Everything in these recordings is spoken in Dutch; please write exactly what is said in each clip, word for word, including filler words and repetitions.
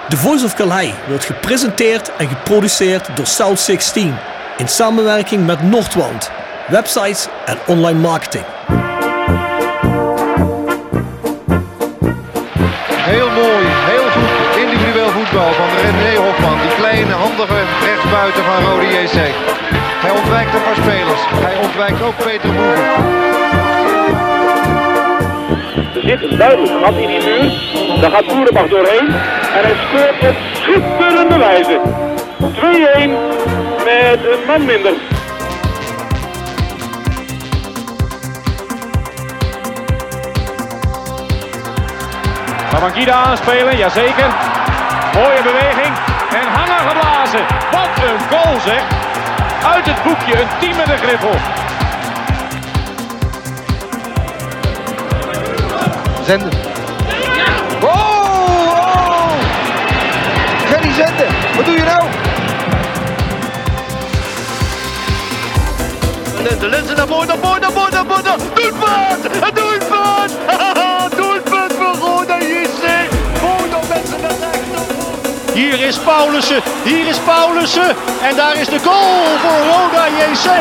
The Voice of Calais wordt gepresenteerd en geproduceerd door South zestien in samenwerking met Noordwand, websites en online marketing. Heel mooi, heel goed individueel voetbal van René Hofman, die kleine handige rechtsbuiten van Rode J C. Hij ontwijkt een paar spelers, hij ontwijkt ook Peter Boeven. Er zit een duidelijk gat in die muur. Daar gaat Boerenbach doorheen. En hij scoort op schitterende wijze. twee-een met een man minder. Gaan Mangida aanspelen, jazeker. Mooie beweging. En hangen geblazen. Wat een goal zeg. Uit het boekje, een team met een griffel. Zenden. Oh, oh! Gerry Zenden, wat doe je nou? De lenzen naar voren, naar voren, naar voren, naar voren. Doelpunt! Een doelpunt! Doelpunt voor Roda J C. Roda mensen naar rechts. Hier is Paulussen, hier is Paulussen. En daar is de goal voor Roda J C.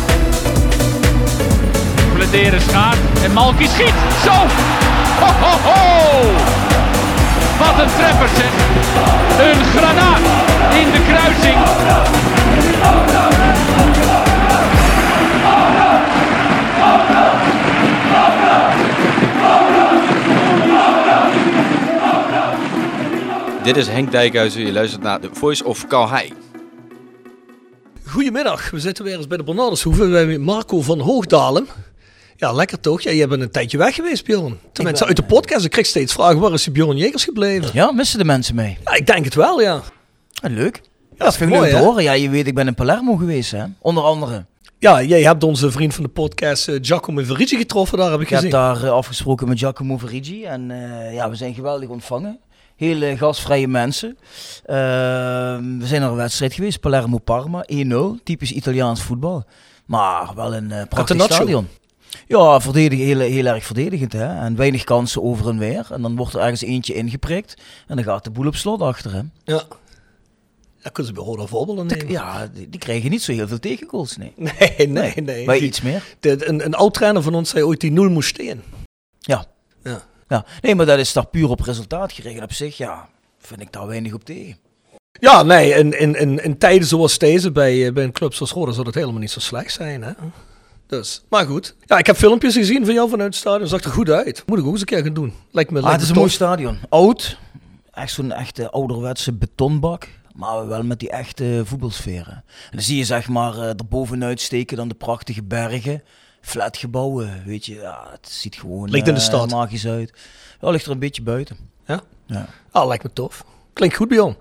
Bladeren schaart en Malky schiet. Zo! Ho, ho, ho! Wat een treffer zeg. Een granaat in de kruising. Dit is Henk Dijkhuizen, je luistert naar The Voice of Calais. Goedemiddag, we zitten weer eens bij de Bernardeshoeve bij Marco van Hoogdalen. Ja, lekker toch? Ja, jij bent een tijdje weg geweest, Bjorn. Tenminste, uit de podcast. Ik kreeg steeds vragen, waar is die Bjorn Jegers gebleven? Ja, missen de mensen mee? Ja, ik denk het wel, ja. Ja, leuk. Ja, dat vind ik mooi, leuk te hè? horen. Ja, je weet, ik ben in Palermo geweest, hè. Onder andere. Ja, jij hebt onze vriend van de podcast, uh, Giacomo Verigi, getroffen, daar heb ik, ik gezien. Ik heb daar uh, afgesproken met Giacomo Verigi. En uh, ja, we zijn geweldig ontvangen. Hele gastvrije mensen. Uh, we zijn naar een wedstrijd geweest, Palermo-Parma, één nul. Typisch Italiaans voetbal. Maar wel een uh, prachtig stadion. Ja, verdedig, heel, heel erg verdedigend. Hè? En weinig kansen over en weer. En dan wordt er ergens eentje ingeprikt. En dan gaat de boel op slot achter hem. Ja. Ja, kunnen ze bij Roda voorbeelden nemen? Ja, die, die krijgen niet zo heel veel tegengoals, nee. Nee, nee, nee. Wij die, iets meer. De, een, een oud-trainer van ons zei ooit die nul moest stehen. Ja. Ja. Ja. Nee, maar dat is daar puur op resultaat geregeld op zich. Ja, vind ik daar weinig op tegen. Ja, nee, in, in, in, in tijden zoals deze bij, bij een club zoals Roda zou dat helemaal niet zo slecht zijn, hè. Dus, maar goed. Ja, ik heb filmpjes gezien van jou vanuit het stadion. Zag er goed uit. Moet ik ook eens een keer gaan doen. Lijkt me, ah, lijkt het is me een mooi tof. stadion. Oud. Echt zo'n echte ouderwetse betonbak. Maar wel met die echte voetbalsferen. En dan zie je zeg maar uh, erbovenuit steken dan de prachtige bergen. Flatgebouwen, weet je. Ja, het ziet gewoon ligt in de stad. Uh, magisch uit. Ja, ligt er een beetje buiten. Ja? Ja. Ah, lijkt me tof. Klinkt goed, Bjorn.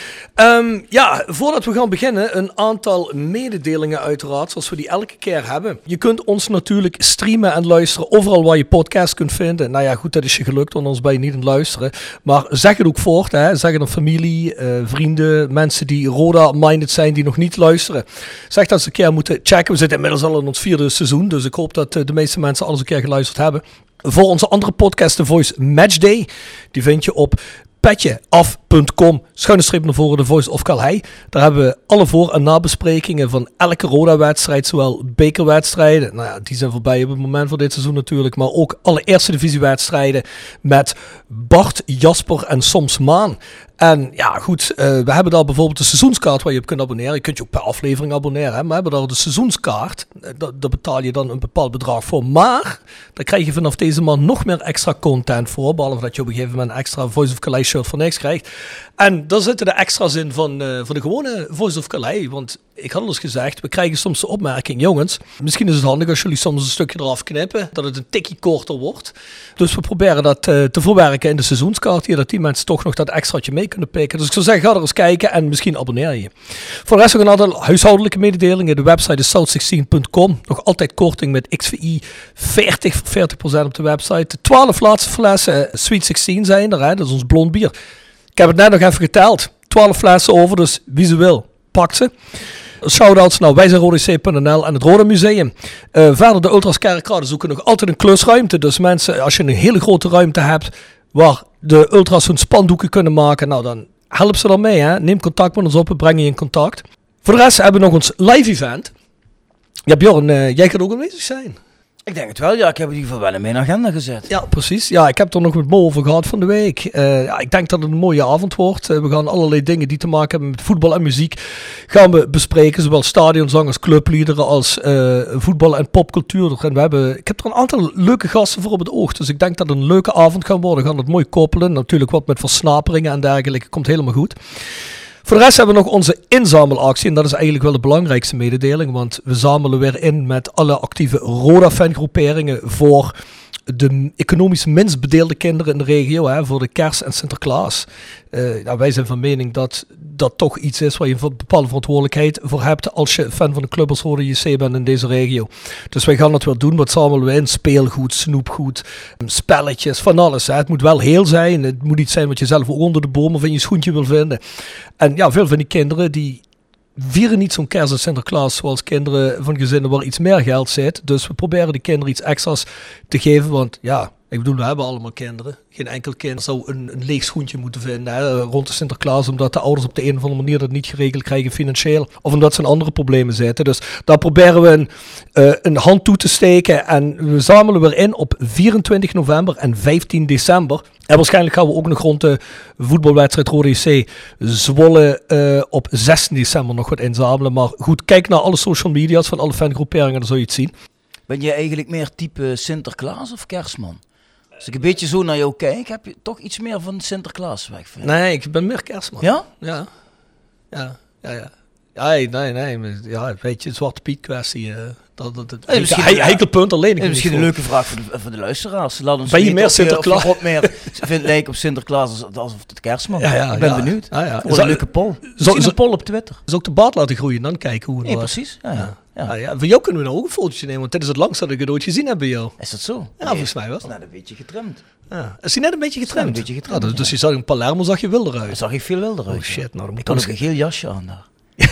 Um, ja, voordat we gaan beginnen, een aantal mededelingen uiteraard, zoals we die elke keer hebben. Je kunt ons natuurlijk streamen en luisteren overal waar je podcast kunt vinden. Nou ja, goed, dat is je gelukt, want anders ben je niet aan het luisteren. Maar zeg het ook voort, hè. Zeg het aan familie, uh, vrienden, mensen die Roda-minded zijn, die nog niet luisteren. Zeg dat ze een keer moeten checken. We zitten inmiddels al in ons vierde seizoen, dus ik hoop dat uh, de meeste mensen alles een keer geluisterd hebben. Voor onze andere podcast, The Voice Matchday, die vind je op petjeaf.com, schuine streep naar voren, The Voice of Calais. Daar hebben we alle voor- en nabesprekingen van elke Roda-wedstrijd, zowel bekerwedstrijden, nou ja, die zijn voorbij op het moment van dit seizoen natuurlijk, maar ook alle eerste divisiewedstrijden met Bart, Jasper en soms Maan. En ja, goed, uh, we hebben daar bijvoorbeeld de seizoenskaart waar je op kunt abonneren. Je kunt je ook per aflevering abonneren, hè? Maar we hebben daar de seizoenskaart. Daar, daar betaal je dan een bepaald bedrag voor. Maar daar krijg je vanaf deze maand nog meer extra content voor. Behalve dat je op een gegeven moment een extra Voice of Calais shirt voor niks krijgt. En daar zitten de extra's in van, uh, van de gewone Voice of Calais. Want ik had al eens gezegd, we krijgen soms de opmerking, jongens, misschien is het handig als jullie soms een stukje eraf knippen, dat het een tikkie korter wordt. Dus we proberen dat uh, te verwerken in de seizoenskaart hier, dat die mensen toch nog dat extraatje mee kunnen pikken. Dus ik zou zeggen, ga er eens kijken en misschien abonneer je. Voor de rest nog een aantal huishoudelijke mededelingen. De website is south zestien punt com. Nog altijd korting met X V I veertig voor veertig procent op de website. De twaalf laatste flessen Sweet zestien zijn er, hè? Dat is ons blond bier. Ik heb het net nog even geteld. twaalf flessen over, dus wie ze wil, pakt ze. Shoutouts naar wij zijn roda c punt n l en het Roda Museum. Uh, verder de Ultras Kerkrade zoeken nog altijd een klusruimte. Dus mensen, als je een hele grote ruimte hebt waar de Ultras hun spandoeken kunnen maken, nou dan help ze dan mee. Hè? Neem contact met ons op, we brengen je in contact. Voor de rest hebben we nog ons live event. Ja, Bjorn, uh, jij gaat ook aanwezig zijn. Ik denk het wel, ja. Ik heb in ieder geval wel in mijn agenda gezet. Ja, precies. Ja, ik heb het er nog met Mo over gehad van de week. Uh, ja, ik denk dat het een mooie avond wordt. Uh, we gaan allerlei dingen die te maken hebben met voetbal en muziek gaan we bespreken. Zowel stadionzangers, clubliederen als uh, voetbal en popcultuur. En we hebben, ik heb er een aantal leuke gasten voor op het oog. Dus ik denk dat het een leuke avond gaat worden. We gaan het mooi koppelen. Natuurlijk wat met versnaperingen en dergelijke. Komt helemaal goed. Voor de rest hebben we nog onze inzamelactie. En dat is eigenlijk wel de belangrijkste mededeling. Want we zamelen weer in met alle actieve Roda-fangroeperingen voor de economisch minst bedeelde kinderen in de regio. Hè, voor de kerst en Sinterklaas. Uh, nou, wij zijn van mening dat dat toch iets is waar je een bepaalde verantwoordelijkheid voor hebt als je fan van de club als Roda J C bent in deze regio. Dus wij gaan dat wel doen. Wat zamelen we in? Speelgoed, snoepgoed, spelletjes, van alles. Hè. Het moet wel heel zijn. Het moet iets zijn wat je zelf ook onder de boom of in je schoentje wil vinden. En ja, veel van die kinderen die vieren niet zo'n kerst en Sinterklaas zoals kinderen van gezinnen waar iets meer geld zit. Dus we proberen de kinderen iets extra's te geven. Want ja, ik bedoel, we hebben allemaal kinderen. Geen enkel kind zou een, een leeg schoentje moeten vinden hè, rond de Sinterklaas. Omdat de ouders op de een of andere manier dat niet geregeld krijgen financieel. Of omdat ze in andere problemen zitten. Dus daar proberen we een, uh, een hand toe te steken. En we zamelen weer in op vierentwintig november en vijftien december. En waarschijnlijk gaan we ook nog rond de voetbalwedstrijd Roda J C Zwolle uh, op zestien december nog wat inzamelen. Maar goed, kijk naar alle social media's van alle fangroeperingen, dan zul je het zien. Ben je eigenlijk meer type Sinterklaas of Kerstman? Als ik een beetje zo naar jou kijk, heb je toch iets meer van Sinterklaas weg. Nee, ik ben meer Kerstman. Ja? Ja. Ja, ja, ja. Ja, nee, nee, nee. Ja, weet je, Zwarte Piet kwestie. Uh, dat, dat, dat, hey, he, heikel punt alleen. Hey, misschien een leuke vraag voor de, voor de luisteraars. Laat ons ben je meer Sinterklaas? Of je meer vindt lijken op Sinterklaas als, als het Kerstman. Ja, ja, ik ben ja. benieuwd. Ja, ja. Is een leuke poll. Zo, zo, een poll op Twitter. Dus ook de baard laten groeien en dan kijken hoe het nee, was. Precies. Ja, ja. Ja. Ja. Ja, ja. Voor jou kunnen we nou ook een fotootje nemen, want dit is het langste dat ik het ooit gezien heb bij jou. Is dat zo? Ja, nee, volgens mij wel. Het is net een beetje getrimd. Ja. Is hij net een beetje getrimd? Een beetje getrimd. Ja, dus, dus je zag in Palermo zag je wilder uit. Dan zag ik veel wilder uit. Oh shit, nou dan ik had ook een geel jasje aan daar.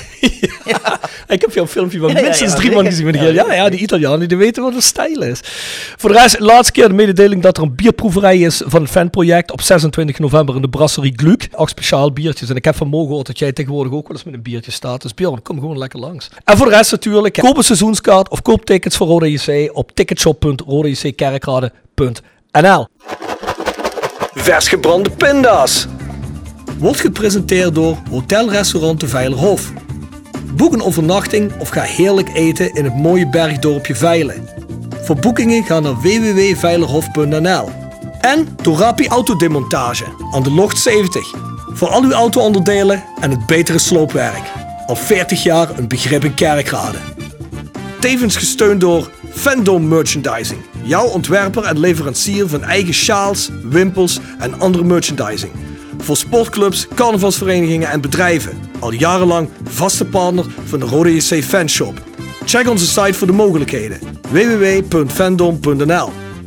ja. Ik heb jouw filmpje van ja, minstens ja, ja, drie man gezien met die ja, ja, ja, die Italianen die weten wat een stijl is. Voor de rest, laatste keer de mededeling dat er een bierproeverij is van het fanproject op zesentwintig november in de Brasserie Gluck. Acht speciaal biertjes. En ik heb van Mo gehoord dat jij tegenwoordig ook wel eens met een biertje staat. Dus Bjorn, kom gewoon lekker langs. En voor de rest natuurlijk, koop een seizoenskaart of koop tickets voor Roda J C op ticketshop punt roda j c kerkrade punt n l. Vers gebrande pinda's. Wordt gepresenteerd door Hotel Restaurant de Veilerhof. Boek een overnachting of ga heerlijk eten in het mooie bergdorpje Veilen. Voor boekingen ga naar w w w punt veilerhof punt n l. En Torapi Autodemontage aan de Locht zeventig. Voor al uw auto-onderdelen en het betere sloopwerk. Al veertig jaar een begrip in Kerkrade. Tevens gesteund door Fandom Merchandising. Jouw ontwerper en leverancier van eigen sjaals, wimpels en andere merchandising. Voor sportclubs, carnavalsverenigingen en bedrijven. Al jarenlang vaste partner van de Roda J C Fanshop. Check onze site voor de mogelijkheden. w w w punt fandom punt n l.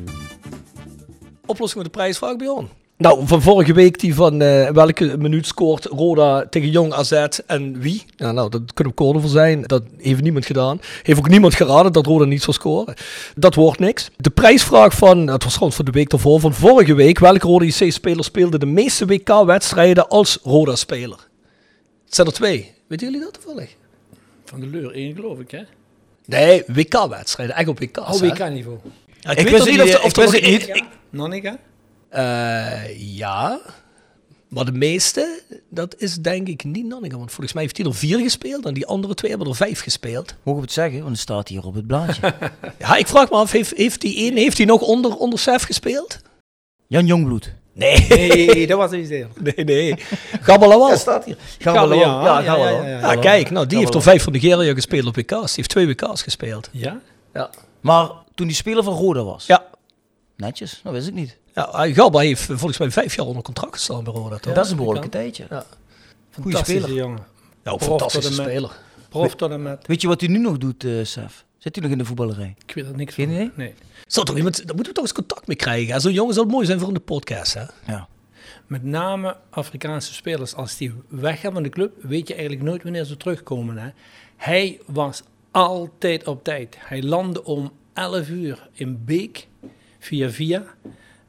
Oplossing met de prijsvraag, Bjorn. Nou, van vorige week die van uh, welke minuut scoort Roda tegen Jong A Z en wie? Ja, nou, dat kunnen we kort over zijn. Dat heeft niemand gedaan. Heeft ook niemand geraden dat Roda niet zou scoren. Dat wordt niks. De prijsvraag van, het was trouwens van de week daarvoor, van vorige week. Welke Roda J C-speler speelde de meeste W K-wedstrijden als Roda-speler? Het zijn er twee. Weten jullie dat toevallig? Van de Leur één, geloof ik, hè? Nee, W K-wedstrijden. Echt op W K's. Oh, W K-niveau. Ja, ik, ik weet niet of er, of er nog niet. Ja. Nonnega? Uh, ja, maar de meeste, dat is denk ik niet Nonnega. Want volgens mij heeft hij er vier gespeeld en die andere twee hebben er vijf gespeeld. Mogen we het zeggen? Want het staat hier op het blaadje. Ja, ik vraag me af, heeft, heeft die één, heeft hij nog onder, onder Sef gespeeld? Jan Jongbloed. Nee. Nee, dat was er niet heel. Nee, nee. Gabalawal. Ja, staat hier. Gabalawal. Ja, ja, ja, ja, ja, ja, ja, kijk, nou, die heeft er vijf van Nigeria gespeeld op W K's. Die heeft twee W K's gespeeld. Ja? Ja. Maar toen die speler van Roda was? Ja. Netjes, dat wist ik niet. Ja, Gaba heeft volgens mij vijf jaar onder contract gestaan bij Roda. Ja, dat is een behoorlijke tijdje. Ja. Goeie speler. Jongen. Ja, ook fantastische speler. Prof tot en met. Weet je wat hij nu nog doet, uh, Sef? Zit hij nog in de voetballerij? Ik weet er niks Geen van. idee? Nee. Zou toch iemand, daar moeten we toch eens contact mee krijgen. Zo'n jongen zou het mooi zijn voor in de podcast, hè? Ja. Met name Afrikaanse spelers, als die weggaan van de club, weet je eigenlijk nooit wanneer ze terugkomen. Hè? Hij was altijd op tijd. Hij landde om elf uur in Beek, via via.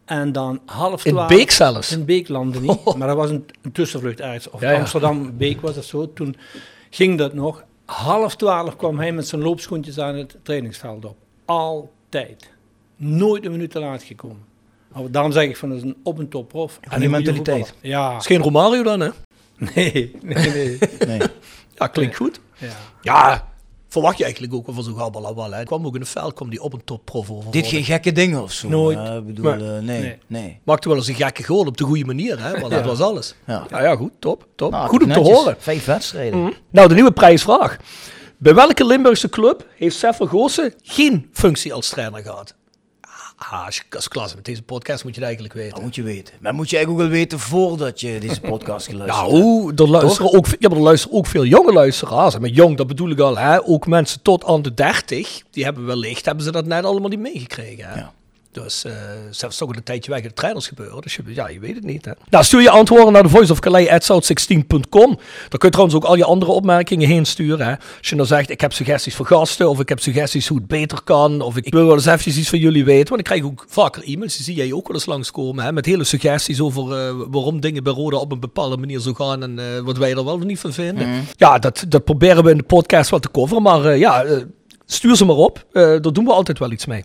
En dan half In twaalf... Beek zelfs? In Beek landde niet, Oh. maar dat was een, een tussenvlucht uit. Of Ja, ja. Amsterdam, Beek was dat zo. Toen ging dat nog. Half twaalf kwam hij met zijn loopschoentjes aan het trainingsveld op. Altijd. Nooit een minuut te laat gekomen. Maar daarom zeg ik van, dat is een op- en top prof. En die mentaliteit. Ja. Dat is geen Romario dan, hè? Nee, nee, nee. Nee. Ja, klinkt goed. Ja. Ja, verwacht je eigenlijk ook wel van zo'n Gabalawal, hè? Kwam ook in de veld, kwam die op een top prof over. Dit geen gekke dingen of zo. Nooit. Uh, ik bedoel, Nee. uh, nee, Nee. nee. Maakte wel eens een gekke goal op de goede manier, hè? Want dat Ja. was alles. Ja. Ja, ja, goed, top, top. Nou, goed om te netjes. horen. Vijf wedstrijden. Mhm. Nou, de nieuwe prijsvraag. Bij welke Limburgse club heeft Sef Vergoosen geen functie als trainer gehad? Ah, als je als klas met deze podcast moet je het eigenlijk weten. Dat moet je weten. Maar moet je eigenlijk ook wel weten voordat je deze podcast geluisterd hebt. Nou, er luisteren, ook, ja, maar er luisteren ook veel jonge luisteraars. En met jong, dat bedoel ik al, hè, ook mensen tot aan de dertig, die hebben wellicht, hebben ze dat net allemaal niet meegekregen. Hè? Ja. Dus uh, zelfs toch een tijdje weg in de trainers gebeuren. Dus je, ja, je weet het niet. Hè. Nou, stuur je antwoorden naar de voice of calais at south sixteen punt com. Daar kun je trouwens ook al je andere opmerkingen heen sturen. Hè. Als je dan zegt, ik heb suggesties voor gasten, of ik heb suggesties hoe het beter kan, of ik, ik wil wel eens eventjes iets van jullie weten. Want ik krijg ook vaker e-mails, die zie jij ook wel eens langskomen, hè, met hele suggesties over uh, waarom dingen bij Roda op een bepaalde manier zo gaan en uh, wat wij er wel niet van vinden. Mm. Ja, dat, dat proberen we in de podcast wat te coveren, maar uh, ja, uh, stuur ze maar op. Uh, daar doen we altijd wel iets mee.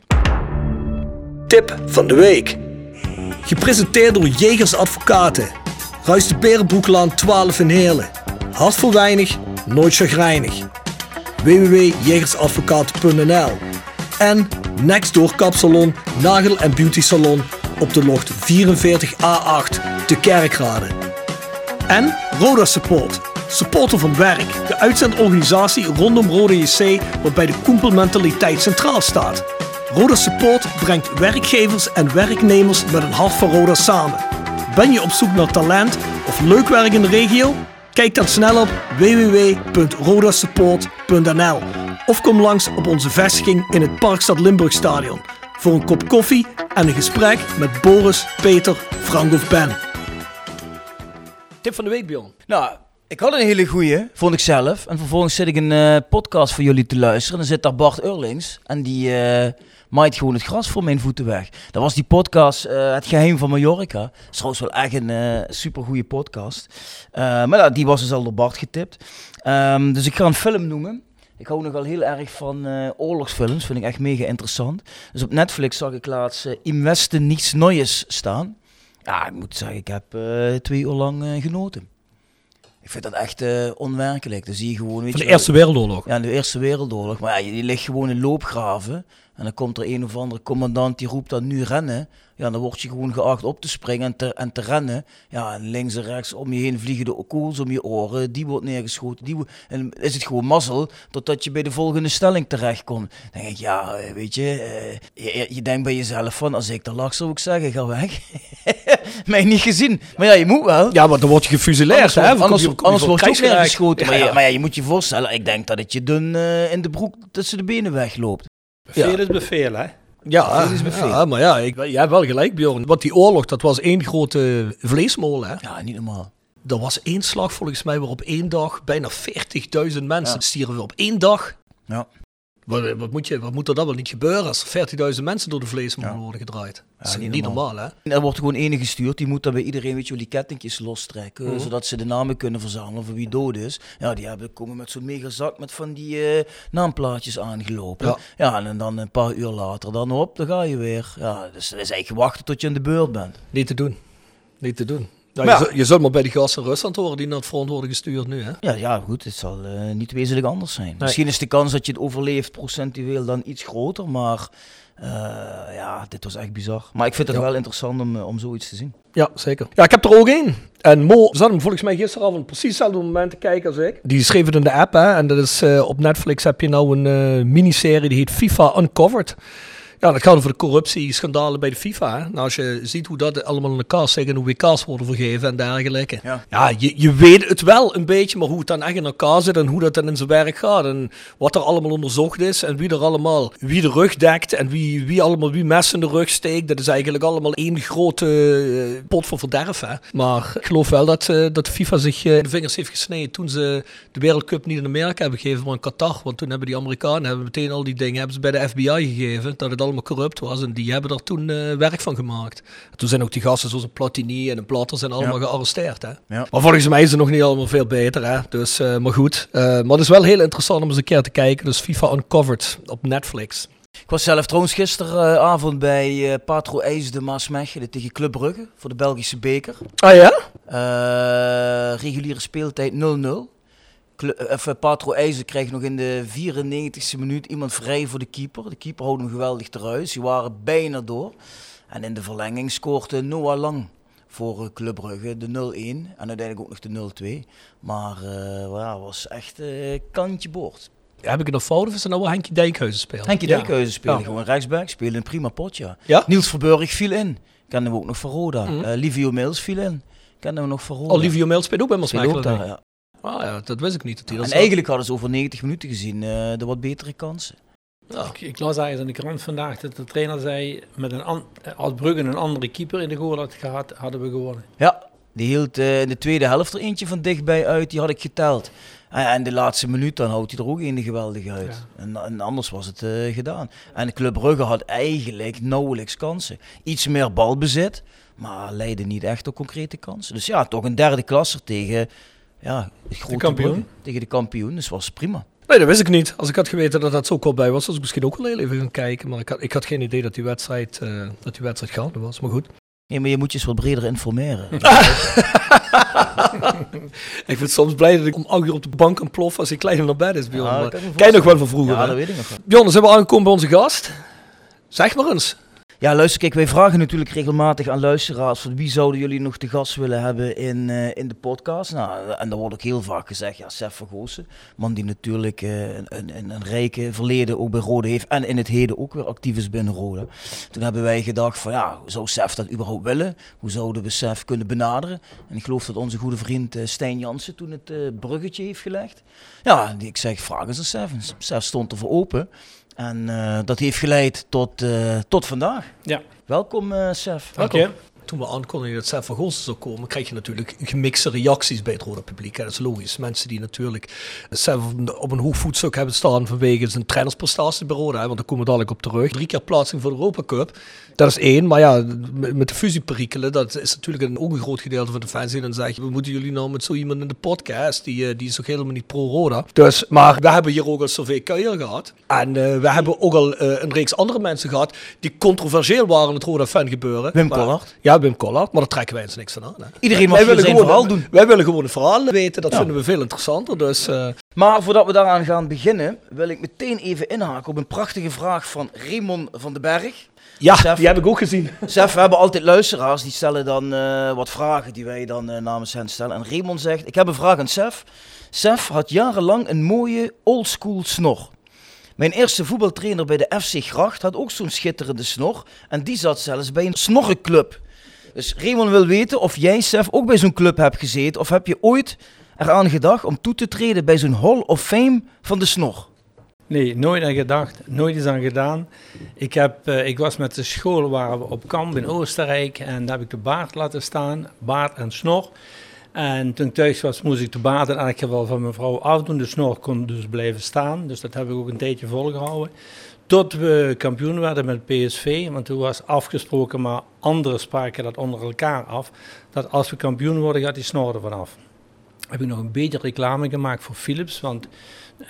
Tip van de week. Gepresenteerd door Jegers Advocaten. Ruis de Berenbroeklaan twaalf in Heerlen. Hart voor weinig, nooit chagrijnig. w w w punt jegersadvocaten punt n l. En Nextdoor Kapsalon, Nagel en Beauty Salon op de locht vierenveertig A acht te Kerkrade. En Roda Support. Supporter van werk. De uitzendorganisatie rondom Roda J C waarbij de koempelmentaliteit centraal staat. Roda Support brengt werkgevers en werknemers met een hart voor Roda samen. Ben je op zoek naar talent of leuk werk in de regio? Kijk dan snel op w w w punt roda support punt n l of kom langs op onze vestiging in het Parkstad Limburgstadion voor een kop koffie en een gesprek met Boris, Peter, Frank of Ben. Tip van de week, Bjorn. Nou, ik had een hele goeie, vond ik zelf. En vervolgens zit ik een uh, podcast voor jullie te luisteren. En dan zit daar Bart Eurlings. En die uh, maait gewoon het gras voor mijn voeten weg. Dat was die podcast uh, Het Geheim van Mallorca. Dat is trouwens wel echt een uh, supergoeie podcast. Uh, maar nou, die was dus al door Bart getipt. Um, dus ik ga een film noemen. Ik hou nog wel heel erg van uh, oorlogsfilms. Vind ik echt mega interessant. Dus op Netflix zag ik laatst uh, Im Westen niets Neues staan. Ja, ik moet zeggen, ik heb uh, twee uur lang uh, genoten. Ik vind dat echt uh, onwerkelijk. Dan zie je gewoon, weet Van de je, Eerste Wereldoorlog. Ja, de Eerste Wereldoorlog. Maar ja, je ligt gewoon in loopgraven. En dan komt er een of andere commandant die roept dan nu rennen. Ja, dan word je gewoon geacht op te springen en te, en te rennen. Ja, en links en rechts om je heen vliegen de kogels om je oren. Die wordt neergeschoten. Die wo- en is het gewoon mazzel totdat je bij de volgende stelling terechtkomt. Dan denk ik, ja, weet je, uh, je, je denkt bij jezelf van, als ik er lag zou ik zeggen, ga weg. Mij niet gezien. Maar ja, je moet wel. Ja, maar dan word je gefusileerd. Anders, hè? anders, Kom je- kom je anders voor word je ook krijgsgelijk. neergeschoten. Ja, Maar, ja. je, maar ja, je moet je voorstellen, ik denk dat het je dun uh, in de broek tussen de benen wegloopt. Beveel Ja. is beveel, hè? Ja, Beveel is beveel. ja, maar ja, ik, jij hebt wel gelijk, Bjorn. Want die oorlog, dat was één grote vleesmolen. Hè? Ja, niet normaal. Er was één slag volgens mij waar op één dag bijna veertigduizend mensen Ja. stierven op één dag. Ja. Wat, wat, moet je, wat moet er dan wel niet gebeuren als er veertigduizend mensen door de vleesmolen Ja. worden gedraaid? Dat is Ja, niet, niet normaal, normaal. hè? Er wordt gewoon ene gestuurd, die moet dan bij iedereen, weet je wel, die kettingjes lostrekken, Mhm. zodat ze de namen kunnen verzamelen van wie dood is. Ja, die hebben komen met zo'n mega zak met van die uh, naamplaatjes aangelopen. Ja. Ja. en dan een paar uur later, dan op, dan ga je weer. Ja, dus het is eigenlijk wachten tot je aan de beurt bent. Niet te doen. Niet te doen. Ja, Maar je, ja. zult- je zult maar bij die gasten in Rusland horen die naar het front worden gestuurd nu, hè? Ja, ja, goed, het zal uh, niet wezenlijk anders zijn. Misschien is de kans dat je het overleeft procentueel dan iets groter, maar uh, ja, dit was echt bizar. Maar ik vind het Ja. wel interessant om, uh, om zoiets te zien. Ja, zeker. Ja, ik heb er ook één. En Mo zat hem volgens mij gisteravond precies hetzelfde moment te kijken als ik. Die schreef het in de app, hè. En dat is uh, op Netflix heb je nou een uh, miniserie die heet FIFA Uncovered. Ja, dat gaat over de corruptieschandalen bij de FIFA. Hè? Nou, als je ziet hoe dat allemaal in elkaar zit en hoe W K's worden vergeven en dergelijke. Ja. Ja, je, je weet het wel een beetje, maar hoe het dan echt in elkaar zit en hoe dat dan in zijn werk gaat. En wat er allemaal onderzocht is en wie er allemaal, wie de rug dekt en wie, wie allemaal wie mes in de rug steekt. Dat is eigenlijk allemaal één grote uh, pot voor verderf. Hè? Maar ik geloof wel dat, uh, dat de FIFA zich uh, de vingers heeft gesneden toen ze de Wereldcup niet in Amerika hebben gegeven, maar in Qatar. Want toen hebben die Amerikanen hebben meteen al die dingen hebben ze bij de F B I gegeven. Dat het allemaal allemaal corrupt was. En die hebben er toen uh, werk van gemaakt. En toen zijn ook die gasten zoals een Platini en een Platter zijn allemaal ja. gearresteerd. Hè? Ja. Maar volgens mij is het nog niet allemaal veel beter. Hè? Dus, uh, maar goed. Uh, maar het is wel heel interessant om eens een keer te kijken. Dus FIFA Uncovered op Netflix. Ik was zelf trouwens gisteravond bij uh, Patro IJs de Maasmechelen tegen Club Brugge voor de Belgische beker. Ah ja? Uh, reguliere speeltijd nul nul. Cl- uh, Patro IJs kreeg nog in de vierennegentigste minuut iemand vrij voor de keeper. De keeper houdt hem geweldig eruit. Ze waren bijna door. En in de verlenging scoorde Noah Lang voor uh, Club Brugge de nul een. En uiteindelijk ook nog de nul twee. Maar uh, ja, was echt uh, kantje boord. Ja, heb ik het nog fout of is er nou wel Henkie Dijkhuizen spelen? Henkie ja. Dijkhuizen spelen, ja. gewoon rechtsback, spelen een prima potje. Ja? Niels Verburg viel in, kennen we ook nog van Roda. Mm-hmm. Uh, Livio Mills viel in, kennen we nog van Roda. Oh, Livio Mills speelt ook bij Maasmechelen. Ja. Ah ja, dat wist ik niet. Dat hij dat en zat. eigenlijk hadden ze over negentig minuten gezien uh, de wat betere kansen. Ja. Ik, ik las eigenlijk in de krant vandaag dat de trainer zei, met een an- als Brugge een andere keeper in de goal had gehad, hadden we gewonnen. Ja, die hield uh, in de tweede helft er eentje van dichtbij uit, die had ik geteld. En de laatste minuut, dan houdt hij er ook een geweldig uit. Ja. En, en anders was het uh, gedaan. En de Club Brugge had eigenlijk nauwelijks kansen. Iets meer balbezit, maar leidde niet echt tot concrete kansen. Dus ja, toch een derde klasser tegen, ja, het grote de kampioen. Brugge, tegen de kampioen. Dus was prima. Nee, dat wist ik niet. Als ik had geweten dat dat zo kort bij was, was ik misschien ook wel heel even gaan kijken. Maar ik had, ik had geen idee dat die wedstrijd, uh, dat die wedstrijd gaande was. Maar goed. Nee, maar je moet je eens wat breder informeren. Ik vind soms blij dat ik om acht uur op de bank kan ploffen als ik kleiner naar bed is, Bjorn. Ja, Kijk je nog wel van vroeger, ja, hè? Dat weet ik nog wel. Bjorn, dan zijn we aangekomen bij onze gast. Zeg maar eens. Ja, luister, kijk, wij vragen natuurlijk regelmatig aan luisteraars van wie zouden jullie nog te gast willen hebben in, uh, in de podcast. Nou, en daar wordt ook heel vaak gezegd, ja, Sef Vergoosen, man die natuurlijk uh, een, een, een rijke verleden ook bij Roda heeft en in het heden ook weer actief is binnen Roda. Toen hebben wij gedacht van, ja, zou Sef dat überhaupt willen? Hoe zouden we Sef kunnen benaderen? En ik geloof dat onze goede vriend uh, Stijn Jansen toen het uh, bruggetje heeft gelegd. Ja, ik zeg, vraag eens aan Sef. Sef stond ervoor open. En uh, dat heeft geleid tot, uh, tot vandaag. Ja. Welkom, uh, Sef. Dank je. Toen we aankondigden dat Sef Vergoosen zou komen, krijg je natuurlijk gemixte reacties bij het Roda publiek. Hè. Dat is logisch. Mensen die natuurlijk Sef op een hoog voetstuk hebben staan vanwege zijn trainersprestatie bij Roda. Hè, want daar komen we dadelijk op terug. Drie keer plaatsing voor de Europa Cup. Dat is één. Maar ja, met de fusieperikelen, dat is natuurlijk een, ook een groot gedeelte van de fans die dan zeggen, we moeten jullie nou met zo iemand in de podcast, die, die is toch helemaal niet pro-Roda. Dus, maar we hebben hier ook al zoveel carrière gehad. En uh, we hebben ook al uh, een reeks andere mensen gehad die controversieel waren in het Roda-fan gebeuren. Wim Collard. Ja, Wim Collard, maar daar trekken wij ons niks van aan. Hè. Iedereen mag zijn gewoon, verhaal doen. Wij willen gewoon het verhaal weten, dat ja. vinden we veel interessanter. Dus, uh... Maar voordat we daaraan gaan beginnen, wil ik meteen even inhaken op een prachtige vraag van Raymond van den Berg. Ja, Sef, die heb ik ook gezien. Sef, we hebben altijd luisteraars, die stellen dan uh, wat vragen die wij dan uh, namens hen stellen. En Raymond zegt, ik heb een vraag aan Sef. Sef had jarenlang een mooie oldschool snor. Mijn eerste voetbaltrainer bij de F C Gracht had ook zo'n schitterende snor. En die zat zelfs bij een snorrenclub. Dus Raymond wil weten of jij, Sef, ook bij zo'n club hebt gezeten. Of heb je ooit eraan gedacht om toe te treden bij zo'n Hall of Fame van de snor? Nee, nooit aan gedacht, nooit eens aan gedaan. Ik, heb, uh, ik was met de school, waren we op kamp in Oostenrijk en daar heb ik de baard laten staan, baard en snor. En toen ik thuis was, moest ik de baard in elk geval van mijn vrouw afdoen. De snor kon dus blijven staan, dus dat heb ik ook een tijdje volgehouden. Tot we kampioen werden met P S V, want toen was afgesproken, maar anderen spraken dat onder elkaar af, dat als we kampioen worden, gaat die snor er vanaf. Heb ik nog een beetje reclame gemaakt voor Philips, want uh,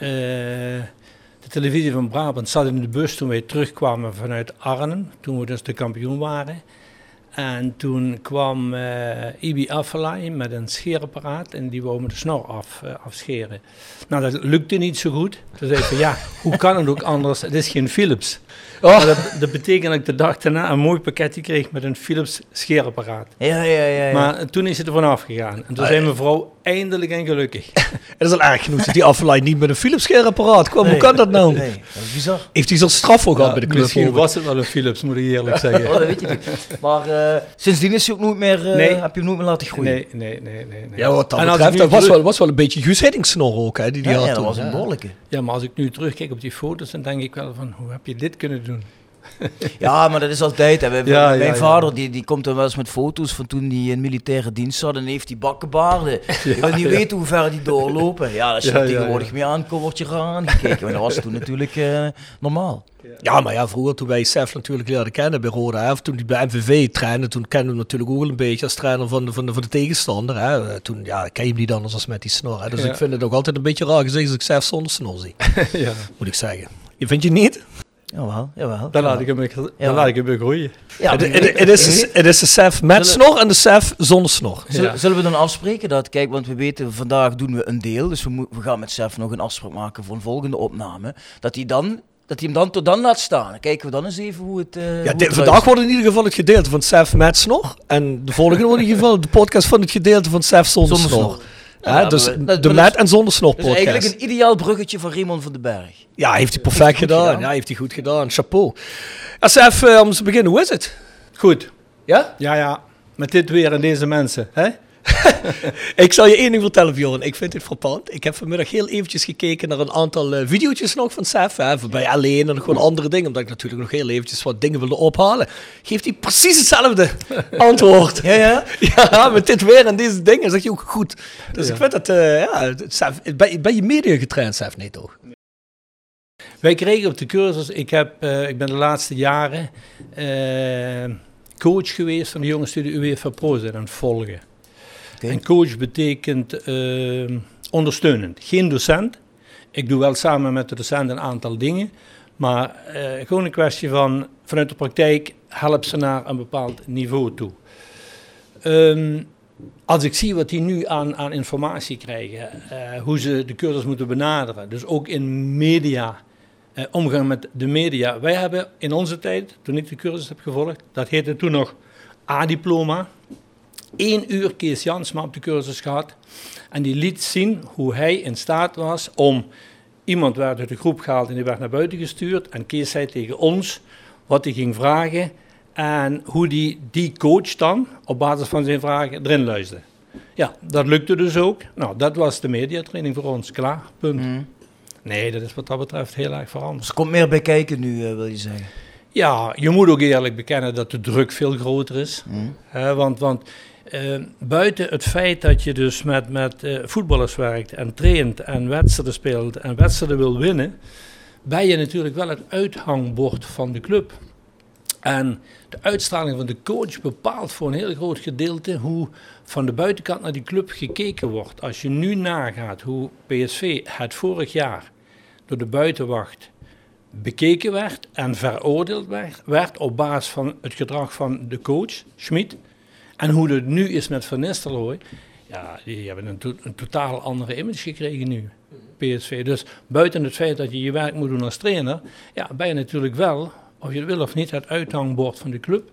de televisie van Brabant zat in de bus toen wij terugkwamen vanuit Arnhem, toen we dus de kampioen waren. En toen kwam uh, Ibi Afellay met een scheerapparaat en die wou me de snor af, uh, afscheren. Nou, dat lukte niet zo goed. Toen zei ik van ja, hoe kan het ook anders? Het is geen Philips. Oh. Dat, dat betekent dat ik de dag daarna een mooi pakketje kreeg met een Philips scheerapparaat. Ja, ja, ja, ja. Maar toen is het er vanaf gegaan. En toen zei mijn vrouw eindelijk en gelukkig. Het is al erg genoeg dat die Afellay niet met een Philips scheerapparaat kwam. Nee. Hoe kan dat nou? Nee, dat is bizar. Heeft hij zo'n straf voor gehad ja, bij de club? Misschien over? was het wel een Philips, moet ik eerlijk zeggen. Oh, dat weet je niet. Maar uh, sindsdien is hij ook nooit meer, uh, nee. heb je hem nooit meer laten groeien? Nee, nee, nee. nee, nee. Ja, wat dat betreft, dat was wel, was wel een beetje Guus Hiddink snor ook, hè, die die ja, had ja, dat toen. was een behoorlijke. Ja, maar als ik nu terugkijk op die foto's, dan denk ik wel van, hoe heb je dit kunnen doen? Ja, maar dat is altijd. Hè. Wij, Ja, mijn ja, vader ja. Die, die komt dan wel eens met foto's van toen hij in militaire dienst zat en heeft die bakkenbaarden. Je wil niet ja. weten hoe ver die doorlopen. Ja, als je Ja, er ja, tegenwoordig ja. mee aankomt, word je raar aangekeken. Maar dat was toen natuurlijk uh, normaal. Ja, maar ja, vroeger toen wij Sef natuurlijk leerden kennen bij Roda, hè, of toen hij bij M V V trainde, toen kennen we hem natuurlijk ook wel een beetje als trainer van de, van de, van de tegenstander. Hè. Toen ja, ken je hem niet anders als met die snor. Hè. Dus Ja. ik vind het ook altijd een beetje raar gezegd als ik Sef zonder snor zie, ja. moet ik zeggen. Je vindt je niet? Jawel, jawel. Dan laat ik hem, dan Ja. laat ik hem weer groeien. Ja, Het het- het is het is de Sef met Zullen- snor en de Sef zonder snor. Zullen, Ja. zullen we dan afspreken dat, kijk, want we weten, vandaag doen we een deel, dus we, mo- we gaan met Sef nog een afspraak maken voor een volgende opname, dat hij dan, dat hij hem dan tot dan laat staan. Dan kijken we dan eens even hoe het... Uh, hoe Ja, het dit, eruit vandaag ziet. wordt in ieder geval het gedeelte van Sef met snor. En de volgende wordt in ieder geval de podcast van het gedeelte van Sef zonder, Zonder snor. snor. Ja, Ja, dus maar we- dat- de maar met dat is- en zonder snor Dat is podcast. eigenlijk een ideaal bruggetje van Raymond van den Berg. Ja, heeft hij perfect Heeft hij goed gedaan. gedaan. Ja, heeft hij goed gedaan. Chapeau. Ja, Sef, eh, om te beginnen, hoe is het? Goed. Ja? Ja, ja. Met dit weer en deze mensen. Hè? Ik zal je één ding vertellen, Bjorn. Ik vind dit frappant. Ik heb vanmiddag heel eventjes gekeken naar een aantal uh, video's nog van Sef. Hè, bij alleen en gewoon andere dingen. Omdat ik natuurlijk nog heel eventjes wat dingen wilde ophalen. Geeft hij precies hetzelfde antwoord. Ja, ja? Ja, met dit weer en deze dingen zeg je ook goed. Dus Ja. ik vind dat, uh, ja, Sef, ben, ben je media getraind, Sef? Nee, toch? Wij kregen op de cursus, ik, heb, uh, ik ben de laatste jaren uh, coach geweest van de jongens die de UEFA Pro zijn aan het volgen. Okay. En coach betekent uh, ondersteunend, geen docent. Ik doe wel samen met de docent een aantal dingen, maar uh, gewoon een kwestie van vanuit de praktijk help ze naar een bepaald niveau toe. Um, Als ik zie wat die nu aan, aan informatie krijgen, uh, hoe ze de cursus moeten benaderen, dus ook in media, uh, omgang met de media. Wij hebben in onze tijd, toen ik de cursus heb gevolgd, dat heette toen nog A-diploma, één uur Kees Jansma op de cursus gehad. En die liet zien hoe hij in staat was om, iemand werd uit de groep gehaald en die werd naar buiten gestuurd. En Kees zei tegen ons wat hij ging vragen. En hoe die, die coach dan, op basis van zijn vragen, erin luisterde. Ja, dat lukte dus ook. Nou, dat was de mediatraining voor ons. Klaar, punt. Mm. Nee, dat is wat dat betreft heel erg veranderd. Dus er komt meer bij kijken nu, uh, wil je zeggen? Ja, je moet ook eerlijk bekennen dat de druk veel groter is. Mm. Uh, want want uh, buiten het feit dat je dus met, met uh, voetballers werkt en traint en wedstrijden speelt en wedstrijden wil winnen, ben je natuurlijk wel het uithangbord van de club. En de uitstraling van de coach bepaalt voor een heel groot gedeelte hoe van de buitenkant naar die club gekeken wordt. Als je nu nagaat hoe P S V het vorig jaar door de buitenwacht bekeken werd en veroordeeld werd, werd op basis van het gedrag van de coach, Schmid, en hoe het nu is met Van Nistelrooy, ja, die hebben een, to- een totaal andere image gekregen nu, P S V. Dus buiten het feit dat je je werk moet doen als trainer, ja, ben je natuurlijk wel, of je het wil of niet, het uithangbord van de club.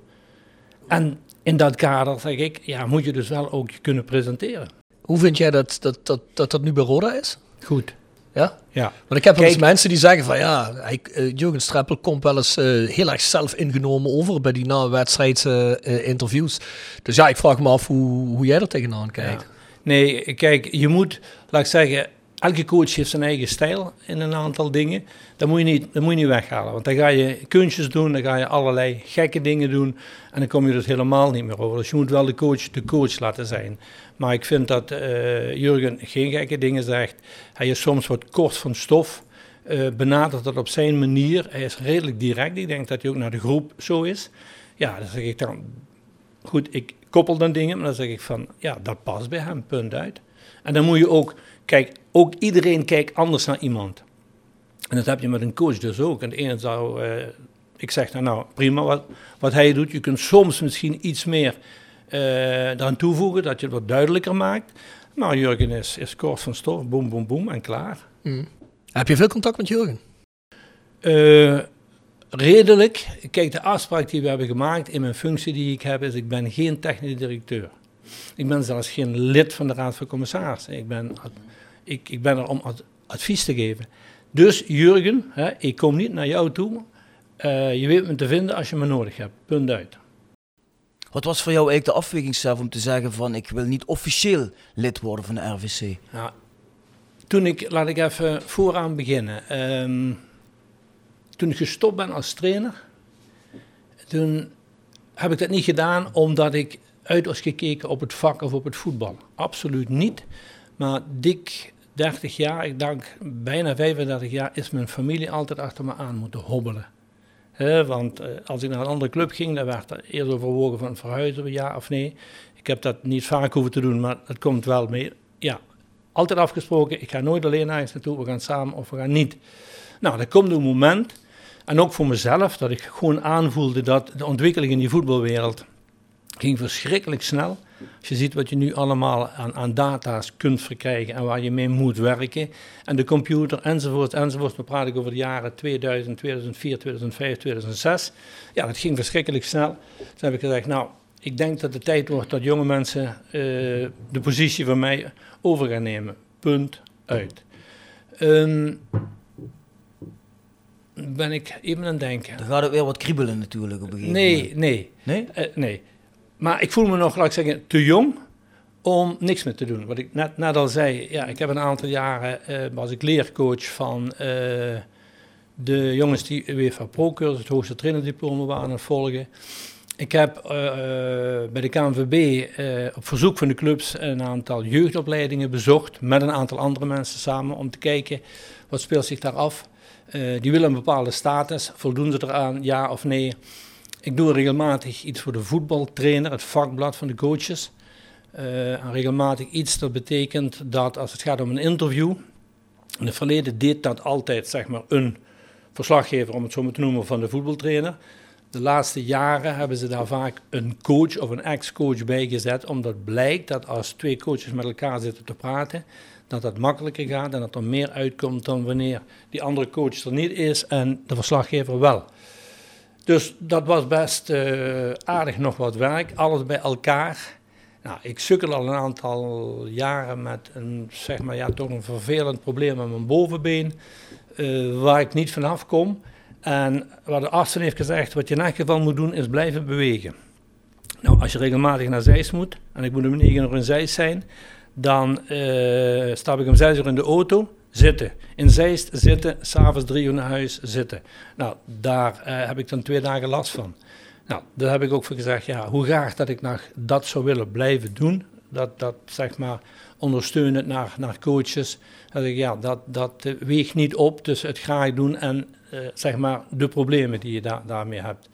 En in dat kader, zeg ik, ja, moet je dus wel ook je kunnen presenteren. Hoe vind jij dat dat, dat, dat, dat nu bij Roda is? Goed. Ja? Ja. Want ik heb wel eens Kijk, mensen die zeggen van ja, hij, uh, Jurgen Streppel komt wel eens uh, heel erg zelf ingenomen over bij die na-wedstrijd uh, uh, interviews. Dus ja, ik vraag me af hoe, hoe jij er tegenaan kijkt. Ja. Nee, kijk, je moet, laat ik zeggen, elke coach heeft zijn eigen stijl in een aantal dingen. Dat moet je niet, dat moet je niet weghalen, want dan ga je kunstjes doen, dan ga je allerlei gekke dingen doen en dan kom je dus helemaal niet meer over. Dus je moet wel de coach de coach laten zijn. Maar ik vind dat uh, Jurgen geen gekke dingen zegt. Hij is soms wat kort van stof, uh, benadert dat op zijn manier. Hij is redelijk direct, ik denk dat hij ook naar de groep zo is. Ja, dan zeg ik dan, goed, ik koppel dan dingen, maar dan zeg ik van, ja, dat past bij hem, punt uit. En dan moet je ook, kijk, ook iedereen kijkt anders naar iemand. En dat heb je met een coach dus ook. En de ene zou, uh, ik zeg dan nou, prima wat, wat hij doet. Je kunt soms misschien iets meer uh, eraan toevoegen, dat je het wat duidelijker maakt. Maar Jurgen is, is kort van stof, boem, boem, boem en klaar. Mm. Heb je veel contact met Jurgen? Uh, redelijk. Kijk, de afspraak die we hebben gemaakt in mijn functie die ik heb, is ik ben geen technisch directeur. Ik ben zelfs geen lid van de Raad van Commissarissen. Ik ben, ik, ik ben er om ad, advies te geven. Dus Jurgen, hè, ik kom niet naar jou toe. Uh, je weet me te vinden als je me nodig hebt. Punt uit. Wat was voor jou eigenlijk de afweging zelf om te zeggen van ik wil niet officieel lid worden van de R V C? Ja, toen ik, laat ik even vooraan beginnen. Um, toen ik gestopt ben als trainer, toen heb ik dat niet gedaan omdat ik uit was gekeken op het vak of op het voetbal. Absoluut niet. Maar dik dertig jaar, ik denk bijna vijfendertig jaar, is mijn familie altijd achter me aan moeten hobbelen. He, want uh, als ik naar een andere club ging, dan werd er eerst overwogen van verhuizen we ja of nee. Ik heb dat niet vaak hoeven te doen, maar het komt wel mee. Ja, altijd afgesproken, ik ga nooit alleen ergens naartoe, we gaan samen of we gaan niet. Nou, er komt een moment, en ook voor mezelf, dat ik gewoon aanvoelde dat de ontwikkeling in die voetbalwereld ging verschrikkelijk snel. Als je ziet wat je nu allemaal aan, aan data's kunt verkrijgen en waar je mee moet werken. En de computer enzovoort enzovoort. We praten over de jaren tweeduizend, tweeduizend vier, tweeduizend vijf, tweeduizend zes. Ja, dat ging verschrikkelijk snel. Toen heb ik gezegd, nou, ik denk dat het tijd wordt dat jonge mensen uh, de positie van mij over gaan nemen. Punt uit. Um, ben ik even aan het denken. Dan gaat het weer wat kriebelen natuurlijk op een gegeven nee, moment. Nee, nee. Uh, nee. Maar ik voel me nog, laat ik zeggen, te jong om niks meer te doen. Wat ik net, net al zei, ja, ik heb een aantal jaren, uh, was ik leercoach van uh, de jongens die UEFA Pro-cursus, het hoogste trainerdiploma waren aan het volgen. Ik heb uh, bij de K N V B uh, op verzoek van de clubs een aantal jeugdopleidingen bezocht, met een aantal andere mensen samen, om te kijken wat speelt zich daar af. Uh, die willen een bepaalde status, voldoen ze eraan, ja of nee? Ik doe regelmatig iets voor de voetbaltrainer, het vakblad van de coaches. Uh, en regelmatig iets dat betekent dat als het gaat om een interview, in het verleden deed dat altijd zeg maar een verslaggever, om het zo maar te noemen, van de voetbaltrainer. De laatste jaren hebben ze daar vaak een coach of een ex-coach bij gezet, omdat blijkt dat als twee coaches met elkaar zitten te praten, dat dat makkelijker gaat en dat er meer uitkomt dan wanneer die andere coach er niet is en de verslaggever wel. Dus dat was best uh, aardig nog wat werk, alles bij elkaar. Nou, ik sukkel al een aantal jaren met een, zeg maar, ja, toch een vervelend probleem met mijn bovenbeen, uh, waar ik niet vanaf kom. En waar de arts heeft gezegd, wat je in elk geval moet doen, is blijven bewegen. Nou, als je regelmatig naar Zeist moet, en ik moet om negen uur in Zeist zijn, dan uh, stap ik om zes uur in de auto, zitten. In Zeist zitten, s'avonds drie uur naar huis zitten. Nou, daar uh, heb ik dan twee dagen last van. Nou, daar heb ik ook voor gezegd, ja, hoe graag dat ik nog dat zou willen blijven doen. Dat, dat zeg maar, ondersteunend naar, naar coaches. Dat ik, ja, dat, dat uh, weegt niet op tussen het graag doen en uh, zeg maar de problemen die je da- daarmee hebt.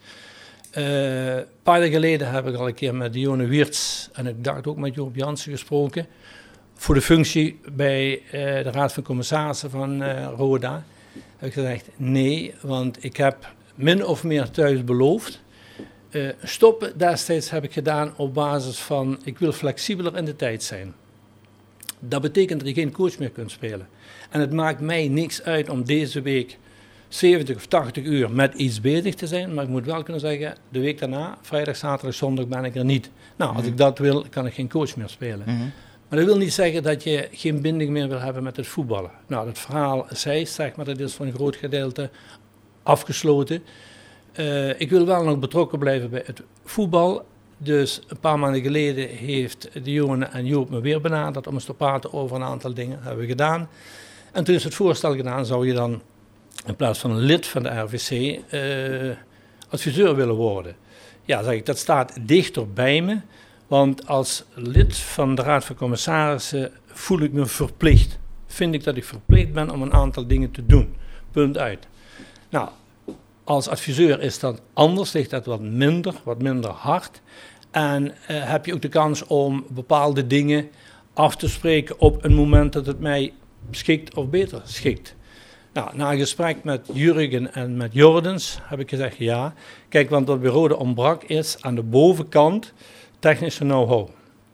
Uh, een paar jaar geleden heb ik al een keer met Dionne Wiertz en ik dacht ook met Joop Jansen gesproken. Voor de functie bij uh, de Raad van Commissarissen van uh, Roda. Heb ik gezegd nee, want ik heb min of meer thuis beloofd. Uh, stoppen destijds heb ik gedaan op basis van ik wil flexibeler in de tijd zijn. Dat betekent dat je geen coach meer kunt spelen. En het maakt mij niks uit om deze week zeventig of tachtig uur met iets bezig te zijn. Maar ik moet wel kunnen zeggen, de week daarna, vrijdag, zaterdag, zondag ben ik er niet. Nou, als mm-hmm. ik dat wil, kan ik geen coach meer spelen. Mm-hmm. Maar dat wil niet zeggen dat je geen binding meer wil hebben met het voetballen. Nou, het verhaal Zeist, zeg maar, dat is voor een groot gedeelte afgesloten. Uh, ik wil wel nog betrokken blijven bij het voetbal. Dus een paar maanden geleden heeft Dionne en Joop me weer benaderd om eens te praten over een aantal dingen. Dat hebben we gedaan. En toen is het voorstel gedaan, zou je dan in plaats van een lid van de R V C uh, adviseur willen worden. Ja, zeg ik, dat staat dichter bij me. Want als lid van de Raad van Commissarissen voel ik me verplicht. Vind ik dat ik verplicht ben om een aantal dingen te doen. Punt uit. Nou, als adviseur is dat anders, ligt dat wat minder, wat minder hard. En uh, heb je ook de kans om bepaalde dingen af te spreken op een moment dat het mij schikt of beter schikt. Nou, na een gesprek met Jurgen en met Jordens heb ik gezegd ja. Kijk, want wat bij Roda ontbrak is aan de bovenkant technische know-how.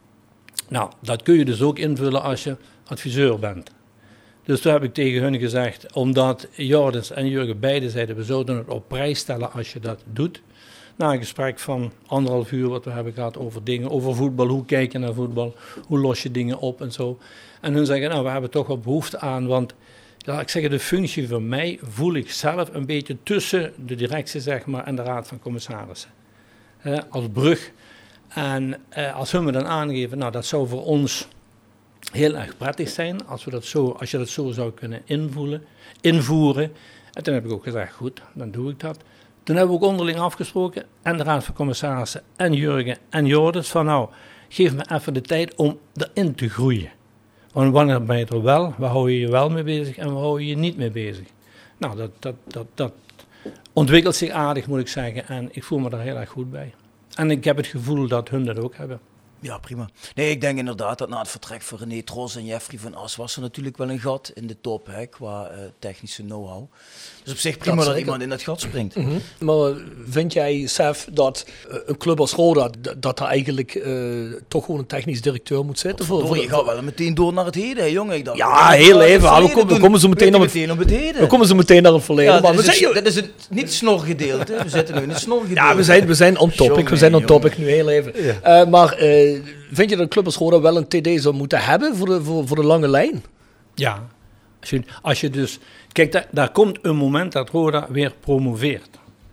Nou, dat kun je dus ook invullen als je adviseur bent. Dus toen heb ik tegen hun gezegd, omdat Jordens en Jurgen beide zeiden, we zouden het op prijs stellen als je dat doet. Na een gesprek van anderhalf uur wat we hebben gehad over dingen, over voetbal, hoe kijk je naar voetbal, hoe los je dingen op en zo. En hun zeggen, nou, we hebben toch wel behoefte aan, want ja, ik zeg, de functie van mij voel ik zelf een beetje tussen de directie, zeg maar, en de Raad van Commissarissen. Eh, als brug. En eh, als hun me dan aangeven, nou, dat zou voor ons heel erg prettig zijn als, we dat zo, als je dat zo zou kunnen invoelen, invoeren. En toen heb ik ook gezegd, goed, dan doe ik dat. Toen hebben we ook onderling afgesproken, en de Raad van Commissarissen, en Jurgen en Jordens, van nou, geef me even de tijd om erin te groeien. Want wanneer ben je er wel, waar hou je je wel mee bezig en waar hou je je niet mee bezig? Nou, dat, dat, dat, dat ontwikkelt zich aardig, moet ik zeggen, en ik voel me daar heel erg goed bij. En ik heb het gevoel dat hun dat ook hebben. Ja, prima. Nee, ik denk inderdaad dat na het vertrek van René Tros en Jeffrey van As was er natuurlijk wel een gat in de top, hè, qua uh, technische know-how. Dus op zich prima dat, dat iemand in dat gat springt. Mm-hmm. Maar vind jij, Sef, dat uh, een club als Roda, d- dat er eigenlijk uh, toch gewoon een technisch directeur moet zitten? Voor, voor, je gaat wel meteen door naar het heden, hè, jongen. Ik dacht, ja, heel even. We, kom, we komen zo meteen naar het, meteen op het heden. We komen zo meteen naar het verleden. Ja, maar dit, we is zijn, het, dit is het niet snorgedeelte. We zitten nu in het snorgedeelte. Ja, we zijn, we zijn on topic. Jongen, we zijn on jongen. topic nu heel even. Ja. Uh, maar uh, vind je dat een club als Roda wel een T D zou moeten hebben voor de, voor, voor de lange lijn? Ja. Als je, als je dus... Kijk, daar, daar komt een moment dat Roda weer promoveert.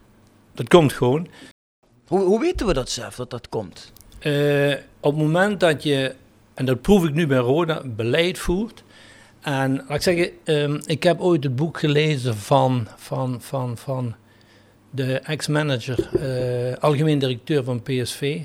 Dat komt gewoon. Hoe, hoe weten we dat zelf, dat dat komt? Uh, op het moment dat je, en dat proef ik nu bij Roda, beleid voert. En laat ik zeggen, um, ik heb ooit het boek gelezen van, van, van, van de ex-manager, uh, algemeen directeur van P S V,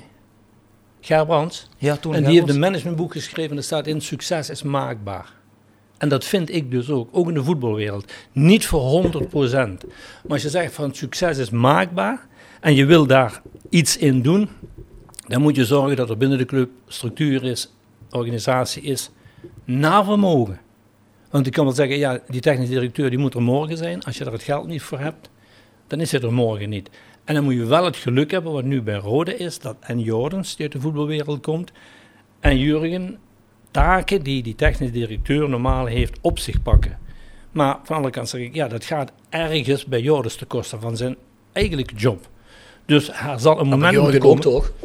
Gerbrands. Ja, toen en die heeft een managementboek geschreven en er staat in: succes is maakbaar. En dat vind ik dus ook, ook in de voetbalwereld. Niet voor honderd procent. Maar als je zegt van succes is maakbaar en je wil daar iets in doen, dan moet je zorgen dat er binnen de club structuur is, organisatie is, naar vermogen. Want ik kan wel zeggen, ja, die technisch directeur die moet er morgen zijn. Als je er het geld niet voor hebt, dan is hij er morgen niet. En dan moet je wel het geluk hebben, wat nu bij Rode is, dat en Jordens, die uit de voetbalwereld komt, en Jurgen, taken die die technisch directeur normaal heeft op zich pakken. Maar van de andere kant zeg ik, ja, dat gaat ergens bij Jordens ten koste van zijn eigenlijke job. Dus er zal een moment moeten komen. Ook toch?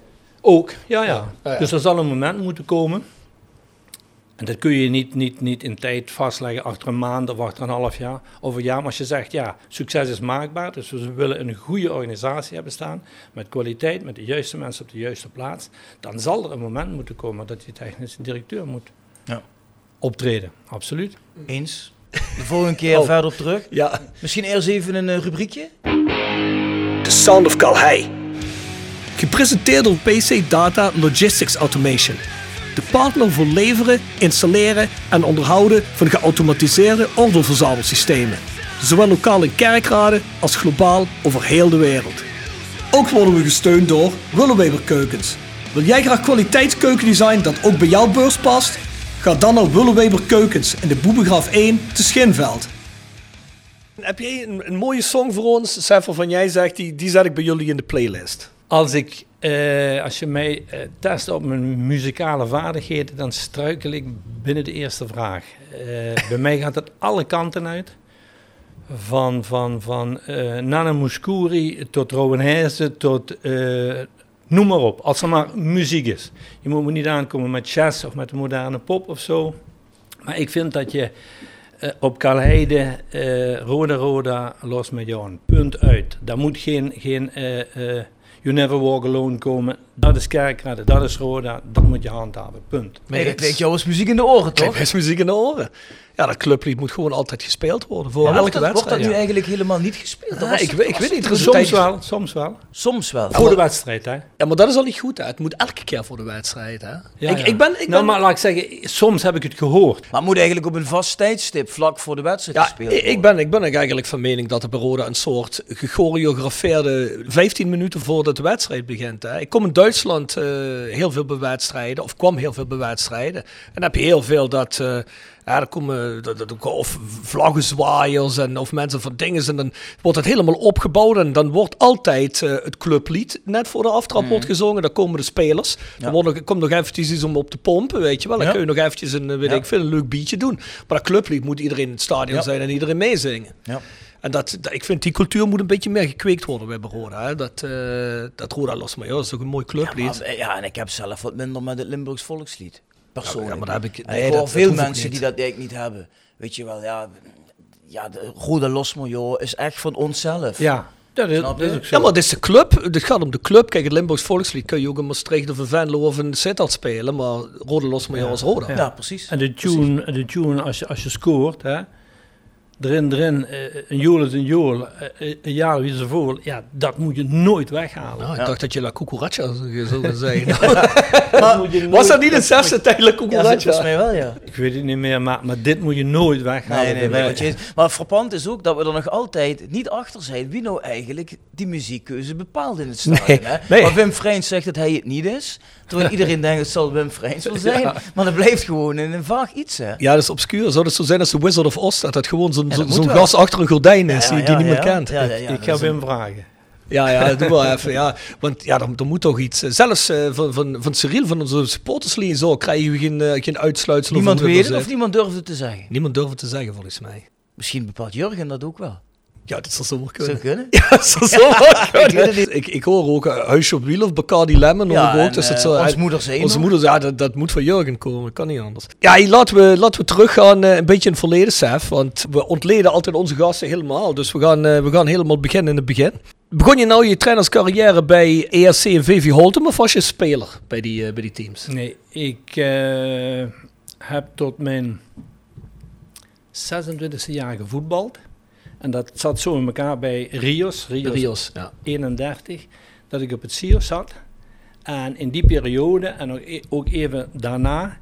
Ook, ja, ja. Ja, ja, ja. Dus er zal een moment moeten komen. En dat kun je niet, niet, niet in tijd vastleggen achter een maand of achter een half jaar of een jaar. Maar als je zegt, ja, succes is maakbaar. Dus we willen een goede organisatie hebben staan. Met kwaliteit, met de juiste mensen op de juiste plaats. Dan zal er een moment moeten komen dat die technische directeur moet ja. optreden. Absoluut. Eens. De volgende keer oh. verder op terug. Ja. Misschien eerst even een uh, rubriekje. The Sound of Calhei. Gepresenteerd door P C Data Logistics Automation. De partner voor leveren, installeren en onderhouden van geautomatiseerde ordeelverzamelsystemen. Zowel lokaal in kerkraden als globaal over heel de wereld. Ook worden we gesteund door Willeweber Keukens. Wil jij graag kwaliteitskeukendesign dat ook bij jouw beurs past? Ga dan naar Willeweber Keukens in de Boebegraaf één te Schinveld. Heb jij een, een mooie song voor ons, Sef, waarvan jij zegt, die, die zet ik bij jullie in de playlist? Als, ik, uh, als je mij uh, test op mijn muzikale vaardigheden, dan struikel ik binnen de eerste vraag. Uh, bij mij gaat het alle kanten uit. Van, van, van uh, Nana Mouskouri tot Rowenheze tot uh, noem maar op. Als er maar muziek is. Je moet me niet aankomen met jazz of met de moderne pop of zo. Maar ik vind dat je uh, op Calheide, uh, Roda Roda, los met jou een punt uit. Daar moet geen... geen uh, uh, You Never Walk Alone komen. Dat is Kerkrade, dat is Roda, dat moet je handhaven, punt. Maar dat klinkt jou als muziek in de oren, toch? Klinkt muziek in de oren. Ja, dat clublied moet gewoon altijd gespeeld worden voor ja, elke wordt dat, wedstrijd. Wordt dat ja. nu eigenlijk helemaal niet gespeeld? Nee, ik, weet, ik weet niet. Er is soms tijd... wel, soms wel. Soms wel. Voor de wedstrijd, hè? Ja, maar dat is al niet goed, hè. Het moet elke keer voor de wedstrijd, hè. Ja, ik, ja. ik ben... Ik ben... Nou, maar laat ik zeggen, soms heb ik het gehoord. Maar het moet eigenlijk op een vast tijdstip vlak voor de wedstrijd ja, gespeeld worden. Ik ben, ik ben eigenlijk van mening dat er bij Roda een soort gechoreografeerde vijftien minuten voordat de wedstrijd begint, hè. Ik kom in Duitsland uh, heel veel bij wedstrijden, of kwam heel veel bij wedstrijden. En dan heb je heel veel dat... Uh, Ja, dan komen dat, dat, of vlaggenzwaaiers en of mensen van dingen en dan wordt het helemaal opgebouwd en dan wordt altijd uh, het clublied net voor de aftrap mm. wordt gezongen. Dan komen de spelers. Ja. Dan wordt, komt nog eventjes iets om op te pompen, weet je wel. Dan ja. kun je nog eventjes een, weet ja. ik veel, een leuk beatje doen. Maar dat clublied moet iedereen in het stadion ja. zijn en iedereen meezingen. Ja. En dat, dat, ik vind die cultuur moet een beetje meer gekweekt worden bij Roda. Hè. Dat, uh, dat Roda los maar, ja, dat is ook een mooi clublied. Ja, maar, ja, en ik heb zelf wat minder met het Limburgs volkslied. Persoonlijk. Ja, maar daar heb ik, nee, ik hoor veel mensen die dat eigenlijk niet hebben. Weet je wel, ja, ja de Roda Losmo is echt van onszelf. Ja, dat is, dat is ook zo. Ja, maar dit is de club. Het gaat om de club. Kijk, het Limburgs volkslied kun je ook in Maastricht of in Venlo of in Sittard spelen, maar Roda Losmo ja. is Roda. Ja, ja, precies. En de tune, precies. De tune als, je, als je scoort, hè, erin, erin, uh, een joel is een joel, uh, een jaar is een vogel. Ja, dat moet je nooit weghalen. Nou, ik ja. dacht dat je La Cucaracha zou zeggen. dat moet je Was dat niet het zesde tijd La Cucaracha? Ja, volgens mij wel, ja. Ik weet het niet meer, maar, maar dit moet je nooit weghalen. Nee, nee, nee, want je, maar frappant is ook dat we er nog altijd niet achter zijn wie nou eigenlijk die muziekkeuze bepaalt in het stadion. Nee, hè? nee. Maar Wim Frijns zegt dat hij het niet is, terwijl iedereen denkt het zal Wim Frijns wel zijn. Ja. Maar dat blijft gewoon in een vaag iets, hè. Ja, dat is obscuur. Zou het zo zijn als de Wizard of Oz, dat het gewoon zo'n Ja, zo, dat zo'n moet gast achter een gordijn is, Ja, die, ja, die ja, niemand ja. kent. Ja, ja, ja, ik ga dat is Wim een- vragen. Ja, ja, doe wel even, ja. Want ja, er, er moet toch iets... Zelfs uh, van, van, van Cyril, van onze supportersleague, zo krijgen we geen, uh, geen uitsluitsel. Niemand over hoe weet dat het of zit. niemand durft het te zeggen. Niemand durft het te zeggen, volgens mij. Misschien bepaalt Jurgen dat ook wel. Ja, dat zou zomaar Zou kunnen. kunnen? Ja, dat zou zomaar ik weet kunnen. het niet. Ik, ik hoor ook uh, Huisje op Wiel of Bacardi Lemon. Ja, hoor ik ook, en, dus het uh, zo, Ons uh, Moeder Zee Onze nog. moeder, ja, dat, dat moet van Jurgen komen. Kan niet anders. Ja, hey, laten we, laten we teruggaan uh, een beetje in het verleden, Sef. Want we ontleden altijd onze gasten helemaal. Dus we gaan, uh, we gaan helemaal beginnen in het begin. Begon je nou je trainerscarrière bij E R C en V V Holtem of was je speler bij die, uh, bij die teams? Nee, ik uh, heb tot mijn zesentwintigste jaar gevoetbald. En dat zat zo in elkaar bij Rios, Rios, Rios, ja. eenendertig, dat ik op het Sios zat. En in die periode, en ook, e- ook even daarna,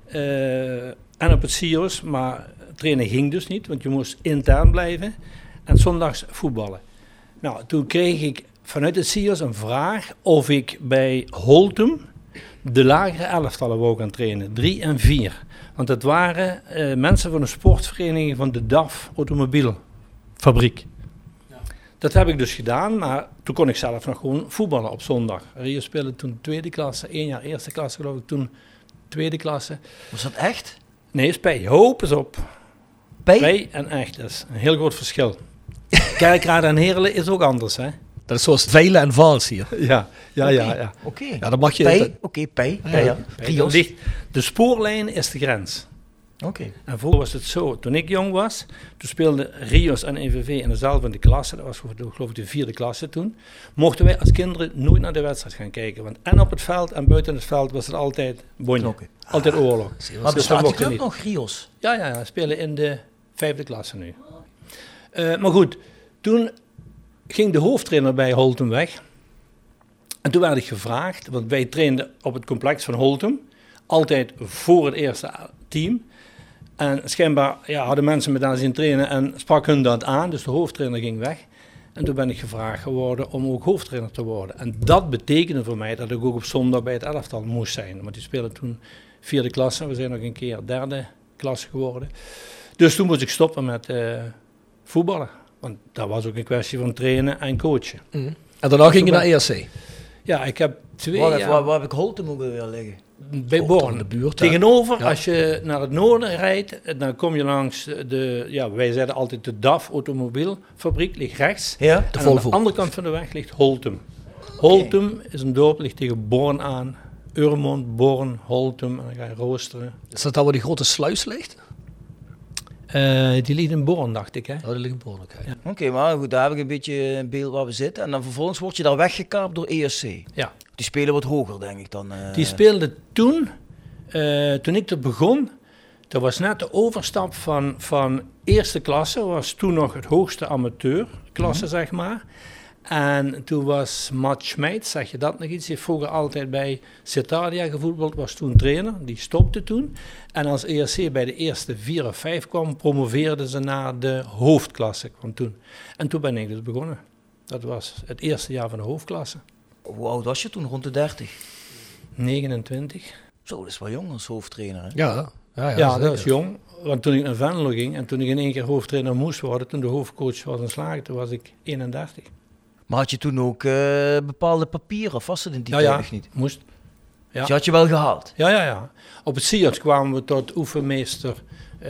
uh, en op het Sios, maar trainen ging dus niet, want je moest intern blijven. En zondags voetballen. Nou, toen kreeg ik vanuit het Sios een vraag of ik bij Holtem de lagere elftallen wou gaan trainen, drie en vier. Want het waren uh, mensen van een sportvereniging van de D A F Automobielfabriek. Ja. Dat heb ik dus gedaan, maar toen kon ik zelf nog gewoon voetballen op zondag. Rio speelde toen tweede klasse, één jaar eerste klasse geloof ik, toen tweede klasse. Was dat echt? Nee, spij, hoop eens op. Bij? Spij en echt, dat is een heel groot verschil. Kerkrade en Heerlen is ook anders, hè? Dat is zoals Veilen en Vaals hier. Ja, ja, Oké. ja. ja. Oké. Ja, dan mag je... Pij? dat- Oké, Pij. Ja, Ja, ja. Dat Rios. ligt- de spoorlijn is de grens. Oké. En vroeger was het zo, toen ik jong was, toen speelden Rios en E V V in dezelfde klasse, dat was geloof ik de vierde klasse toen, mochten wij als kinderen nooit naar de wedstrijd gaan kijken. Want en op het veld en buiten het veld was het altijd bonje, Knokken. altijd oorlog. Maar Dus dat bestaat die mocht er club niet. nog, Rios? Ja, ja, ja, spelen in de vijfde klasse nu. Uh, maar goed, toen ging de hoofdtrainer bij Holtem weg. En toen werd ik gevraagd, want wij trainden op het complex van Holtem, altijd voor het eerste team. En schijnbaar ja, hadden mensen me daar zien trainen en sprak hun dat aan, dus de hoofdtrainer ging weg. En toen ben ik gevraagd geworden om ook hoofdtrainer te worden. En dat betekende voor mij dat ik ook op zondag bij het elftal moest zijn. Want die speelden toen vierde klasse, we zijn nog een keer derde klasse geworden. Dus toen moest ik stoppen met uh, voetballen. Want dat was ook een kwestie van trainen en coachen. Mm. En daarna ging je naar E R C. Ja, ik heb twee Waar, jaar waar, waar heb ik Holtem ook weer liggen? bij Born. de buurt, hè? Tegenover, Ja. als je naar het noorden rijdt, dan kom je langs de, ja, wij zeiden altijd de D A F Automobielfabriek, ligt rechts. Ja? De En aan Volvo. de andere kant van de weg ligt Holtem. Holtem is een dorp, ligt tegen Born aan. Urmond, Born, Holtem, en dan ga je roosteren. Is dat daar waar die grote sluis ligt? Uh, die ligt in Born, dacht ik, hè? Oh, die ligt in Born, oké. Ja. Oké, okay, maar goed, daar heb ik een beetje een beeld waar we zitten. En dan vervolgens word je daar weggekaapt door E R C. Ja. Die spelen wat hoger, denk ik dan. Uh... Die speelde toen, uh, toen ik er begon, dat was net de overstap van, van eerste klasse, was toen nog het hoogste amateurklasse, mm-hmm. zeg maar. En toen was Matt Schmeid, zeg je dat nog iets, die heeft vroeger altijd bij Citadia gevoetbald, was toen trainer, die stopte toen. En als E R C bij de eerste vier of vijf kwam, promoveerden ze naar de hoofdklasse, kwam toen. En toen ben ik dus begonnen. Dat was het eerste jaar van de hoofdklasse. Hoe oud was je toen? Rond de dertig? negenentwintig. Zo, dat is wel jong als hoofdtrainer, hè? Ja, ja, ja, ja zeker. dat is jong. Want toen ik naar Venlo ging en toen ik in één keer hoofdtrainer moest worden, toen de hoofdcoach was ontslagen, toen was ik eenendertig. Maar had je toen ook uh, bepaalde papieren, of was het in die ja, tijd ja, nog niet? moest. Ja. Dus die had je wel gehaald? Ja, ja, ja. Op het Sios kwamen we tot oefenmeester uh,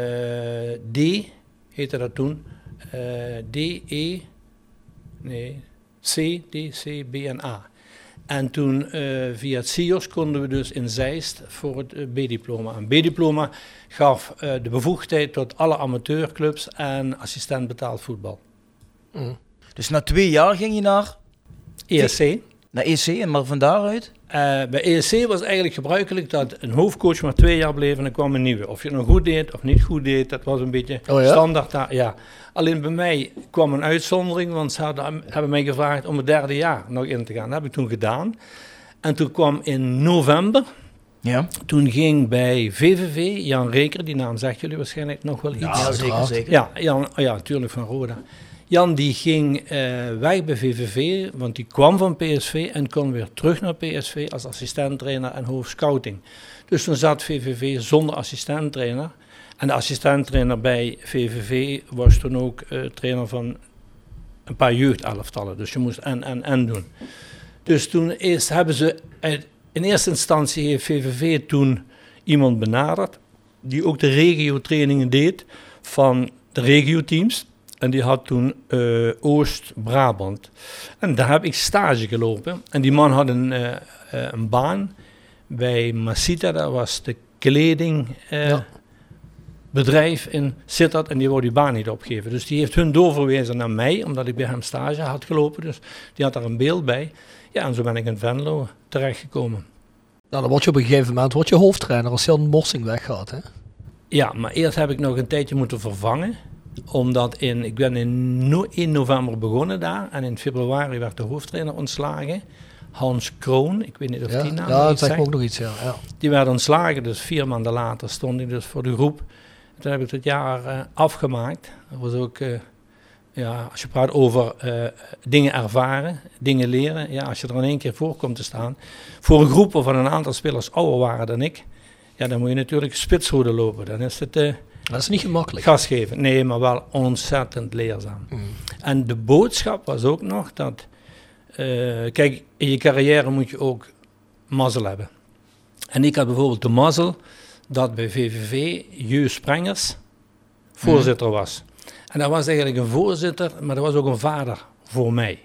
D, heette dat toen. Uh, D, E, nee, C, D, C, B en A. En toen uh, via het Sios konden we dus in Zeist voor het uh, B-diploma. Een B-diploma gaf uh, de bevoegdheid tot alle amateurclubs en assistent betaald voetbal. Mm. Dus na twee jaar ging je naar E R C. Naar E C en maar van daaruit? Uh, bij E S C was eigenlijk gebruikelijk dat een hoofdcoach maar twee jaar bleef en dan kwam een nieuwe. Of je het nou goed deed of niet goed deed, dat was een beetje oh ja? standaard daar. Ja. Alleen bij mij kwam een uitzondering, want ze hadden, hebben mij gevraagd om het derde jaar nog in te gaan. Dat heb ik toen gedaan. En toen kwam in november, ja. Toen ging bij V V V Jan Reker, die naam zegt jullie waarschijnlijk nog wel iets. Ja, zeker, zeker. Ja, Jan, oh ja, natuurlijk van Roda. Jan die ging uh, weg bij V V V, want die kwam van P S V en kon weer terug naar P S V als assistenttrainer en hoofdscouting. Dus toen zat V V V zonder assistenttrainer. En de assistenttrainer bij V V V was toen ook uh, trainer van een paar jeugdelftallen. Dus je moest en, en, en doen. Dus toen eerst hebben ze, uit, in eerste instantie heeft V V V toen iemand benaderd, die ook de regio-trainingen deed van de regio-teams. En die had toen uh, Oost-Brabant. En daar heb ik stage gelopen. En die man had een, uh, uh, een baan bij Masita, dat was de kledingbedrijf uh, ja. in Sittard. En die wou die baan niet opgeven. Dus die heeft hun doorverwezen naar mij, omdat ik bij hem stage had gelopen. Dus die had daar een beeld bij. Ja, en zo ben ik in Venlo terechtgekomen. Nou, dan word je op een gegeven moment word je hoofdtrainer als Jan Morsing weggaat, hè? Ja, maar eerst heb ik nog een tijdje moeten vervangen. Omdat in, ik ben in no, één november begonnen daar en in februari werd de hoofdtrainer ontslagen. Hans Kroon, ik weet niet of ja, die naam Ja, dat zegt zegt me ook nog iets, ja. ja. Die werd ontslagen, dus vier maanden later stond ik dus voor de groep. Toen heb ik het jaar uh, afgemaakt. Dat was ook, uh, ja, als je praat over uh, dingen ervaren, dingen leren. Ja, als je er in één keer voor komt te staan. Voor een groep waarvan een aantal spelers ouder waren dan ik. Ja, dan moet je natuurlijk spitsroede lopen. Dan is het... Uh, Dat is niet gemakkelijk. Gas geven, nee, maar wel ontzettend leerzaam. Mm. En de boodschap was ook nog dat, uh, kijk, in je carrière moet je ook mazzel hebben. En ik had bijvoorbeeld de mazzel dat bij V V V Jeu Sprengers voorzitter mm. was. En dat was eigenlijk een voorzitter, maar dat was ook een vader voor mij.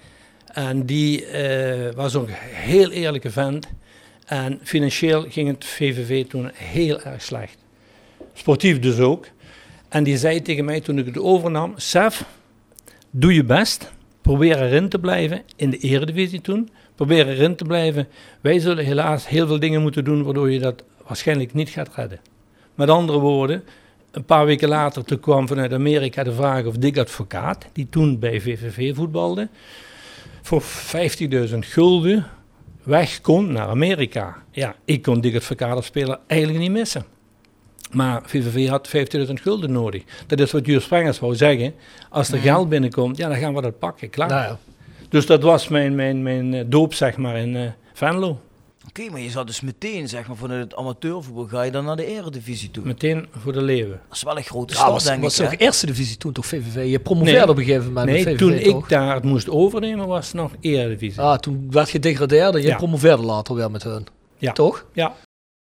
En die uh, was ook een heel eerlijke vent. En financieel ging het V V V toen heel erg slecht. Sportief dus ook. En die zei tegen mij toen ik het overnam, Sef, doe je best. Probeer erin te blijven, in de eredivisie toen. Probeer erin te blijven. Wij zullen helaas heel veel dingen moeten doen waardoor je dat waarschijnlijk niet gaat redden. Met andere woorden, een paar weken later toen kwam vanuit Amerika de vraag of Dick Advocaat, die toen bij V V V voetbalde, voor vijftigduizend gulden weg kon naar Amerika. Ja, ik kon Dick Advocaat als speler eigenlijk niet missen. Maar V V V had vijftigduizend gulden nodig. Dat is wat Jeu Sprengers wou zeggen. Als er geld binnenkomt, ja, dan gaan we dat pakken, klaar. Nou ja. Dus dat was mijn, mijn, mijn doop, zeg maar, in uh, Venlo. Oké, okay, maar je zat dus meteen, zeg maar, vanuit het amateurvoetbal ga je dan naar de eredivisie toe? Meteen voor de leeuwen. Dat is wel een grote ja, stap, was, denk was ik. Was ook eerste divisie toen toch V V V? Je promoveerde nee, op een gegeven moment Nee, met V V V, toen toch? ik daar het moest overnemen was het nog eredivisie. Ah, toen werd je gedegradeerd en je ja. promoveerde later weer met hun. Ja. Toch? Ja.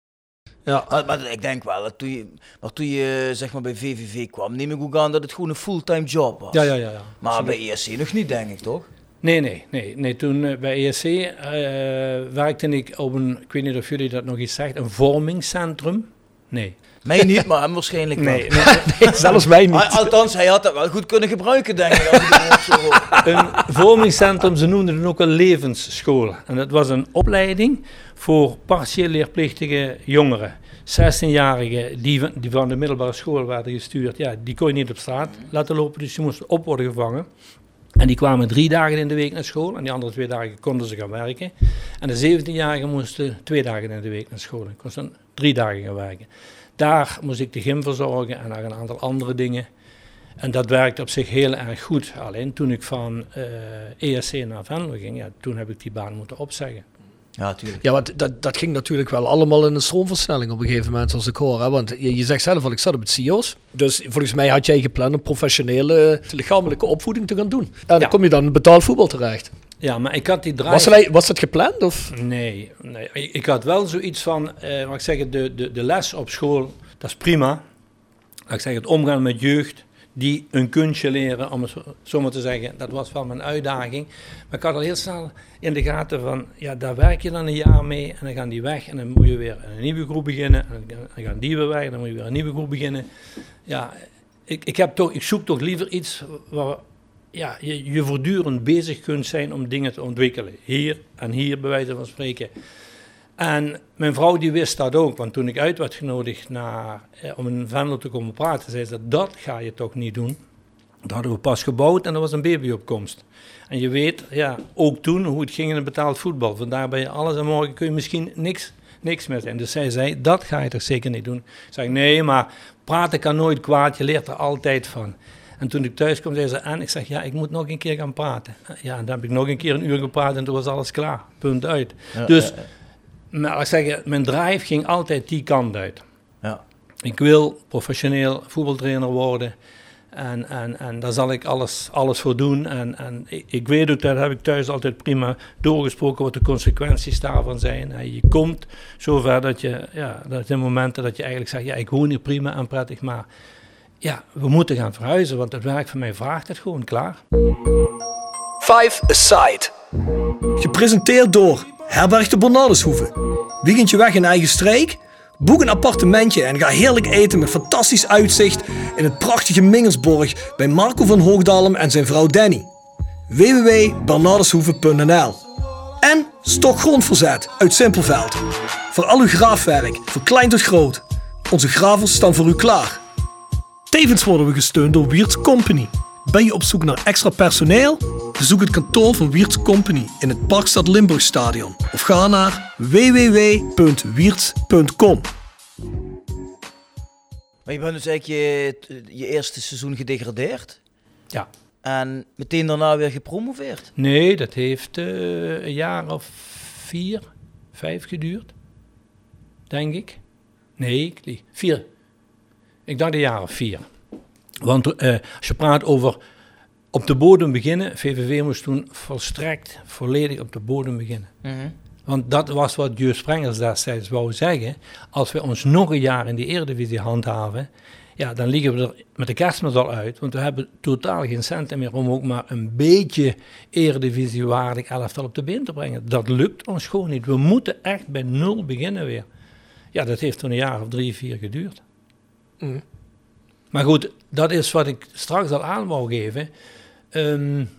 Ja. Maar, maar ik denk wel, dat toen je, maar toen je zeg maar bij V V V kwam, neem ik ook aan dat het gewoon een fulltime job was. Ja, ja, ja. ja. Maar Absoluut. bij E S C nog niet, denk ik, toch? Nee, nee, nee. nee. Toen uh, bij E S C uh, werkte ik op een, ik weet niet of jullie dat nog iets zegt, een vormingscentrum. Nee. Mij niet, maar hem waarschijnlijk nee, wel. Nee, nee, zelfs mij niet. Althans, hij had dat wel goed kunnen gebruiken, denk ik. Als ik zo hoor. Een vormingscentrum, ze noemden het ook een levensschool. En dat was een opleiding voor partieel leerplichtige jongeren. zestienjarigen die, die van de middelbare school werden gestuurd, ja, die kon je niet op straat laten lopen, dus die moesten op worden gevangen. En die kwamen drie dagen in de week naar school en die andere twee dagen konden ze gaan werken. En de zeventienjarigen moesten twee dagen in de week naar school en konden drie dagen gaan werken. Daar moest ik de gym verzorgen en nog een aantal andere dingen. En dat werkte op zich heel erg goed. Alleen toen ik van uh, E S C naar Venlo ging, ja, toen heb ik die baan moeten opzeggen. Ja, tuurlijk. Ja, want dat, dat ging natuurlijk wel allemaal in een stroomversnelling op een gegeven moment, zoals ik hoor. Hè? Want je, je zegt zelf al, ik zat op het C I O S. Dus volgens mij had jij gepland een professionele lichamelijke opvoeding te gaan doen. En dan ja. kom je dan in betaald voetbal terecht. Ja, maar ik had die drive... Was, er, was dat gepland? Of? Nee, nee, ik had wel zoiets van, uh, wat ik zeg, de, de, de les op school, dat is prima. Wat ik zeg, het omgaan met jeugd, die een kunstje leren, om het zo maar te zeggen, dat was wel mijn uitdaging. Maar ik had al heel snel in de gaten van, ja, daar werk je dan een jaar mee en dan gaan die weg en dan moet je weer een nieuwe groep beginnen. En dan gaan die weer weg en dan moet je weer een nieuwe groep beginnen. Ja, ik, ik, heb toch, ik zoek toch liever iets waar, ja, je, je voortdurend bezig kunt zijn om dingen te ontwikkelen. Hier en hier, bij wijze van spreken. En mijn vrouw die wist dat ook, want toen ik uit werd genodigd naar, eh, om in Venlo te komen praten, zei ze, dat ga je toch niet doen. Dat hadden we pas gebouwd en er was een babyopkomst. En je weet, ja, ook toen hoe het ging in het betaald voetbal. Vandaar ben je alles en morgen kun je misschien niks, niks meer zijn. Dus zij zei, dat ga je toch zeker niet doen. Ik zei, nee, maar praten kan nooit kwaad, je leert er altijd van. En toen ik thuis kwam, zei ze, en ik zeg, ja, ik moet nog een keer gaan praten. Ja, en dan heb ik nog een keer een uur gepraat en toen was alles klaar. Punt uit. Ja, dus, ja, ja. Maar ik zeg, mijn drive ging altijd die kant uit. Ja. Ik wil professioneel voetbaltrainer worden. En, en, en daar zal ik alles, alles voor doen. En, en ik, ik weet ook, dat heb ik thuis altijd prima doorgesproken, wat de consequenties daarvan zijn. En je komt zover dat je, ja, dat in momenten dat je eigenlijk zegt, ja, ik woon hier prima en prettig, maar ja, we moeten gaan verhuizen, want het werk van mij vraagt het gewoon, klaar. Five Aside. Gepresenteerd door Herberg de Bernardeshoeve. Weekendje weg in eigen streek? Boek een appartementje en ga heerlijk eten met fantastisch uitzicht in het prachtige Mingelsborg bij Marco van Hoogdalem en zijn vrouw Danny. w w w punt bernardeshoeve punt n l. En Stok Grondverzet uit Simpelveld. Voor al uw graafwerk, van klein tot groot. Onze gravels staan voor u klaar. Tevens worden we gesteund door Wiertz Company. Ben je op zoek naar extra personeel? Bezoek het kantoor van Wiertz Company in het Parkstad Limburgstadion of ga naar w w w punt wiertz punt com. Maar je bent dus eigenlijk je, je eerste seizoen gedegradeerd? Ja. En meteen daarna weer gepromoveerd? Nee, dat heeft uh, een jaar of vier, vijf geduurd. Denk ik. Nee, ik lieg. Vier. Ik dacht een jaar of vier. Want uh, als je praat over op de bodem beginnen, V V V moest toen volstrekt volledig op de bodem beginnen. Mm-hmm. Want dat was wat Jus Sprengers destijds wou zeggen. Als we ons nog een jaar in die Eredivisie handhaven, ja, dan liggen we er met de kerstmis al uit. Want we hebben totaal geen centen meer om ook maar een beetje Eredivisie-waardig elftal op de been te brengen. Dat lukt ons gewoon niet. We moeten echt bij nul beginnen weer. Ja, dat heeft toen een jaar of drie, vier geduurd. Mm. Maar goed, dat is wat ik straks al aan wou geven. Um,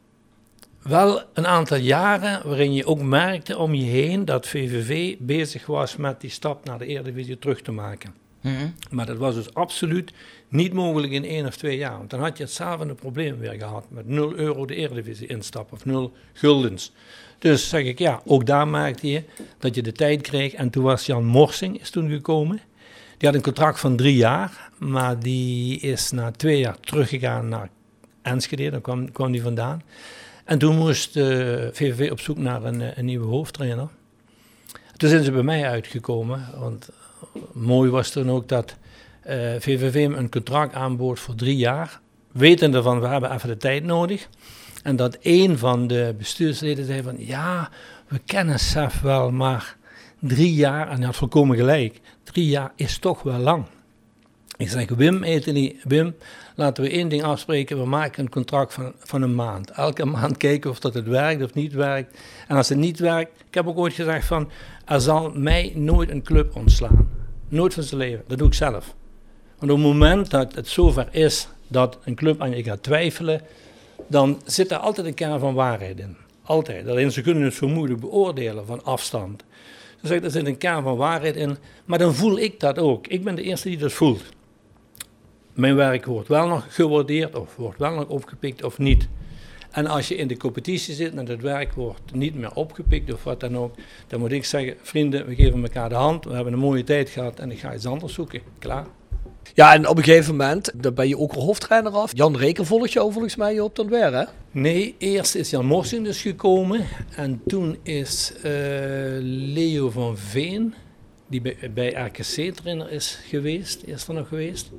wel een aantal jaren waarin je ook merkte om je heen dat V V V bezig was met die stap naar de Eredivisie terug te maken. Mm-hmm. Maar dat was dus absoluut niet mogelijk in één of twee jaar. Want dan had je hetzelfde probleem weer gehad met nul euro de Eredivisie instappen of nul guldens. Dus zeg ik, ja, ook daar merkte je dat je de tijd kreeg. En toen was Jan Morsing is toen gekomen. Die had een contract van drie jaar, maar die is na twee jaar teruggegaan naar Enschede, daar kwam, kwam die vandaan. En toen moest uh, V V V op zoek naar een, een nieuwe hoofdtrainer. Toen zijn ze bij mij uitgekomen, want uh, mooi was toen ook dat uh, V V V me een contract aanbood voor drie jaar, wetende van we hebben even de tijd nodig. En dat een van de bestuursleden zei van ja, we kennen Sef wel, maar drie jaar, en hij had volkomen gelijk, drie jaar is toch wel lang. Ik zeg, Wim, Eteli, Wim, laten we één ding afspreken, we maken een contract van, van een maand. Elke maand kijken of dat het werkt of niet werkt. En als het niet werkt, ik heb ook ooit gezegd van, er zal mij nooit een club ontslaan. Nooit van zijn leven, dat doe ik zelf. Want op het moment dat het zover is dat een club aan je gaat twijfelen, dan zit er altijd een kern van waarheid in. Altijd. Alleen ze kunnen het zo moeilijk beoordelen van afstand. Dan zeg ik, er zit een kern van waarheid in, maar dan voel ik dat ook. Ik ben de eerste die dat voelt. Mijn werk wordt wel nog gewaardeerd of wordt wel nog opgepikt of niet. En als je in de competitie zit en het werk wordt niet meer opgepikt of wat dan ook, dan moet ik zeggen, vrienden, we geven elkaar de hand, we hebben een mooie tijd gehad en ik ga iets anders zoeken. Klaar. Ja, en op een gegeven moment, dan ben je ook al hoofdtrainer af. Jan Reker volgt jou volgens mij op dan weer, hè? Nee, eerst is Jan Morsing dus gekomen en toen is uh, Leo van Veen, die bij, bij R K C trainer is geweest, is er nog geweest.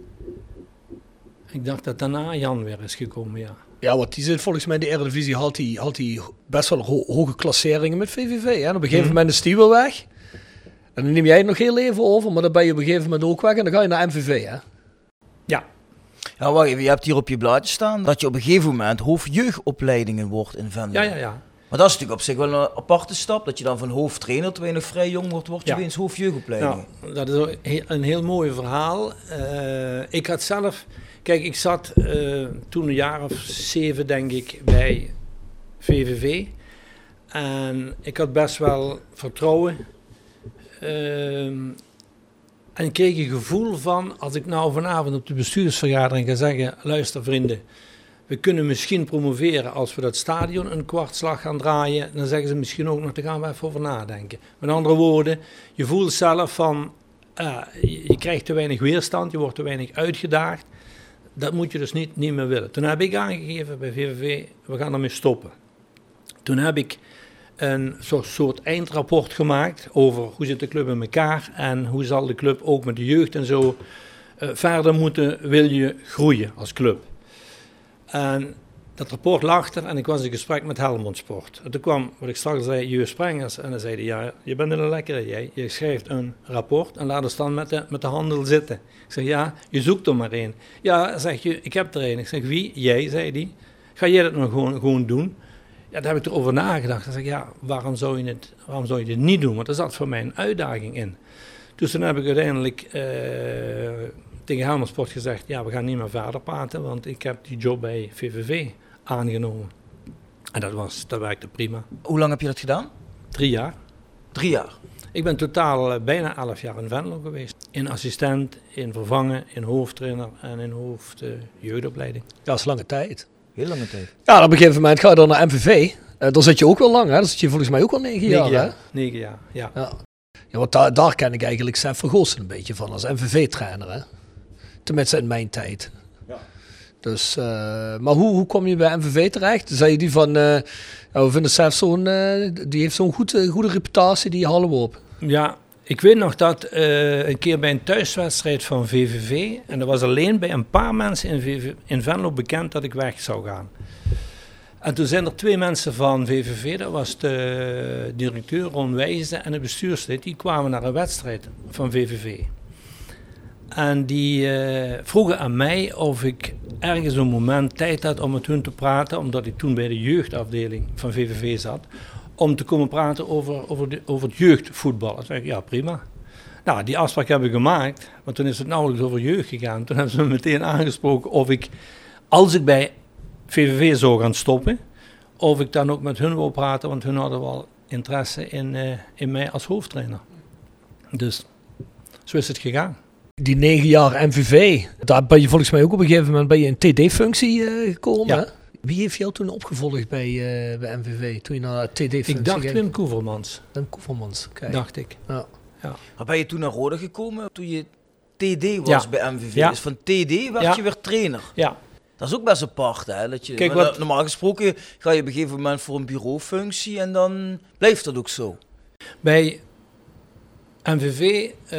Ik dacht dat daarna Jan weer is gekomen, ja. Ja, want die zit volgens mij in de Eredivisie, had hij had hij best wel ho- hoge klasseringen met V V V. Hè? En op een gegeven moment is die wel weg. En dan neem jij het nog heel even over, maar dan ben je op een gegeven moment ook weg en dan ga je naar M V V, hè? Ja. Ja, wacht even, je hebt hier op je blaadje staan dat je op een gegeven moment hoofdjeugdopleidingen wordt in Venlo. Ja, ja, ja. Maar dat is natuurlijk op zich wel een aparte stap, dat je dan van hoofdtrainer, terwijl je nog vrij jong wordt, word je ja. weer eens hoofdjeugdopleiding. Nou, dat is een heel mooi verhaal. Uh, ik had zelf Kijk, ik zat uh, toen een jaar of zeven, denk ik, bij V V V. En ik had best wel vertrouwen. Uh, en ik kreeg een gevoel van, als ik nou vanavond op de bestuursvergadering ga zeggen, luister vrienden, we kunnen misschien promoveren als we dat stadion een kwartslag gaan draaien. Dan zeggen ze misschien ook nog, daar gaan we even over nadenken. Met andere woorden, je voelt zelf van, uh, je, je krijgt te weinig weerstand, je wordt te weinig uitgedaagd. Dat moet je dus niet, niet meer willen. Toen heb ik aangegeven bij V V V, we gaan ermee stoppen. Toen heb ik een soort, soort eindrapport gemaakt over hoe zit de club in elkaar en hoe zal de club ook met de jeugd en zo uh, verder moeten, wil je groeien als club. En dat rapport lag er en ik was in gesprek met Helmond Sport. En toen kwam, wat ik straks zei, Jus Sprengers en dan zei hij, ja, je bent een lekkere jij, je schrijft een rapport en laat ons dan met de, met de handel zitten. Ik zeg, ja, je zoekt er maar één. Ja, zeg je, ik heb er één. Ik zeg, wie? Jij, zei hij. Ga jij dat nou gewoon, gewoon doen? Ja, daar heb ik erover nagedacht. Dan zeg ik, ja, waarom zou je het, waarom zou je dit niet doen? Want er zat voor mij een uitdaging in. Dus toen heb ik uiteindelijk uh, tegen Helmond Sport gezegd, ja, we gaan niet meer verder praten, want ik heb die job bij V V V aangenomen. En dat, was, dat werkte prima. Hoe lang heb je dat gedaan? Drie jaar. Drie jaar? Ik ben totaal uh, bijna elf jaar in Venlo geweest. In assistent, in vervangen, in hoofdtrainer en in hoofd uh, jeugdopleiding. Ja, dat is lange tijd. Heel lange tijd. Ja, op een gegeven moment ga je dan naar M V V. Uh, dan zit je ook wel lang, hè? Dan zit je volgens mij ook wel negen, negen jaar, jaar, hè? Negen jaar, ja. Ja, ja want daar, daar ken ik eigenlijk Sef Vergoossen een beetje van als M V V-trainer, hè? Tenminste in mijn tijd. Ja. Dus, uh, maar hoe, hoe kom je bij M V V terecht? Zei je die van, uh, ja, we vinden Sef zo'n, uh, die heeft zo'n goed, uh, goede reputatie, die halen we op. Ja, ik weet nog dat uh, een keer bij een thuiswedstrijd van V V V, en er was alleen bij een paar mensen in, V V, in Venlo bekend dat ik weg zou gaan. En toen zijn er twee mensen van V V V, dat was de directeur Ron Wijzen en de bestuurslid, die kwamen naar een wedstrijd van V V V. En die uh, vroegen aan mij of ik ergens een moment tijd had om met hun te praten, omdat ik toen bij de jeugdafdeling van V V V zat, om te komen praten over, over, de, over het jeugdvoetbal. Dan zei ik, ja prima. Nou, die afspraak hebben we gemaakt, want toen is het nauwelijks over jeugd gegaan. Toen hebben ze me meteen aangesproken of ik, als ik bij V V V zou gaan stoppen, of ik dan ook met hun wil praten, want hun hadden wel interesse in, uh, in mij als hoofdtrainer. Dus zo is het gegaan. Die negen jaar M V V, daar ben je volgens mij ook op een gegeven moment bij je in T D-functie uh, gekomen. Ja. Hè? Wie heeft jou toen opgevolgd bij, uh, bij M V V, toen je naar T D-functie Ik dacht ging? Wim Koevermans. Wim Koevermans, kijk. Dacht ik. Ja. Ja. Maar ben je toen naar Roda gekomen toen je T D was ja. bij M V V? Ja. Dus van T D werd ja. je weer trainer? Ja. Dat is ook best apart, hè? Dat je, Kijk, wat... Normaal gesproken ga je op een gegeven moment voor een bureaufunctie en dan blijft dat ook zo. Bij M V V uh,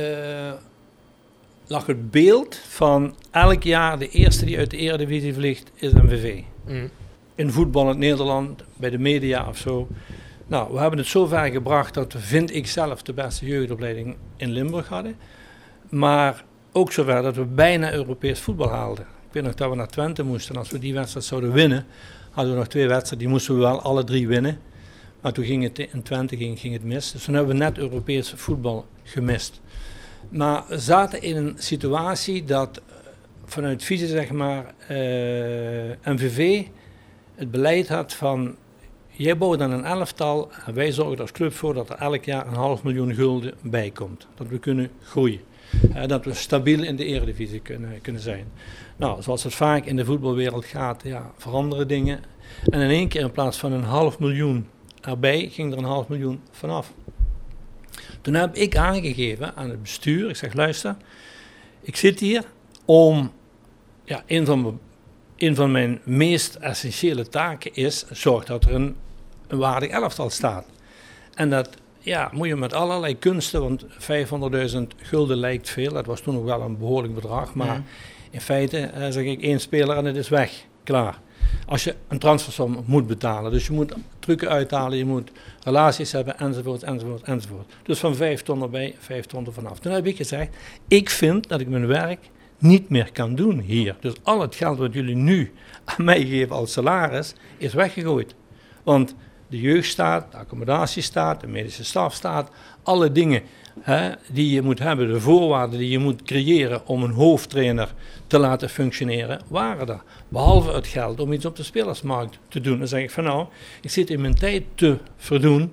lag het beeld van elk jaar de eerste die uit de Eredivisie vliegt is M V V. Mm. In voetbal in Nederland, bij de media of zo. Nou, we hebben het zo ver gebracht dat we, vind ik zelf, de beste jeugdopleiding in Limburg hadden. Maar ook zover dat we bijna Europees voetbal haalden. Ik weet nog dat we naar Twente moesten en als we die wedstrijd zouden winnen, hadden we nog twee wedstrijden, die moesten we wel alle drie winnen. Maar toen ging het in Twente ging, ging het mis. Dus toen hebben we net Europees voetbal gemist. Maar we zaten in een situatie dat vanuit visie, zeg maar, uh, M V V het beleid had van, jij bouwt dan een elftal en wij zorgen er als club voor dat er elk jaar een half miljoen gulden bij komt. Dat we kunnen groeien. Uh, dat we stabiel in de Eredivisie kunnen, kunnen zijn. Nou, zoals het vaak in de voetbalwereld gaat, ja, veranderen dingen. En in één keer in plaats van een half miljoen erbij, ging er een half miljoen vanaf. Toen heb ik aangegeven aan het bestuur, ik zeg luister, ik zit hier om, ja, een van mijn, een van mijn meest essentiële taken is, zorg dat er een, een waardig elftal staat. En dat, ja, moet je met allerlei kunsten, want vijfhonderdduizend gulden lijkt veel, dat was toen nog wel een behoorlijk bedrag, maar mm. in feite uh, zeg ik één speler en het is weg, klaar. Als je een transfersom moet betalen, dus je moet trucken uithalen, je moet relaties hebben, enzovoort, enzovoort, enzovoort. Dus van vijf ton erbij, vijf ton er vanaf. Toen heb ik gezegd, ik vind dat ik mijn werk niet meer kan doen hier. Dus al het geld wat jullie nu aan mij geven als salaris, is weggegooid. Want de jeugd staat, de accommodatie staat, de medische staf staat, alle dingen hè, die je moet hebben, de voorwaarden die je moet creëren om een hoofdtrainer te laten functioneren, waren er. Behalve het geld om iets op de spelersmarkt te doen. Dan zeg ik van nou, ik zit in mijn tijd te verdoen.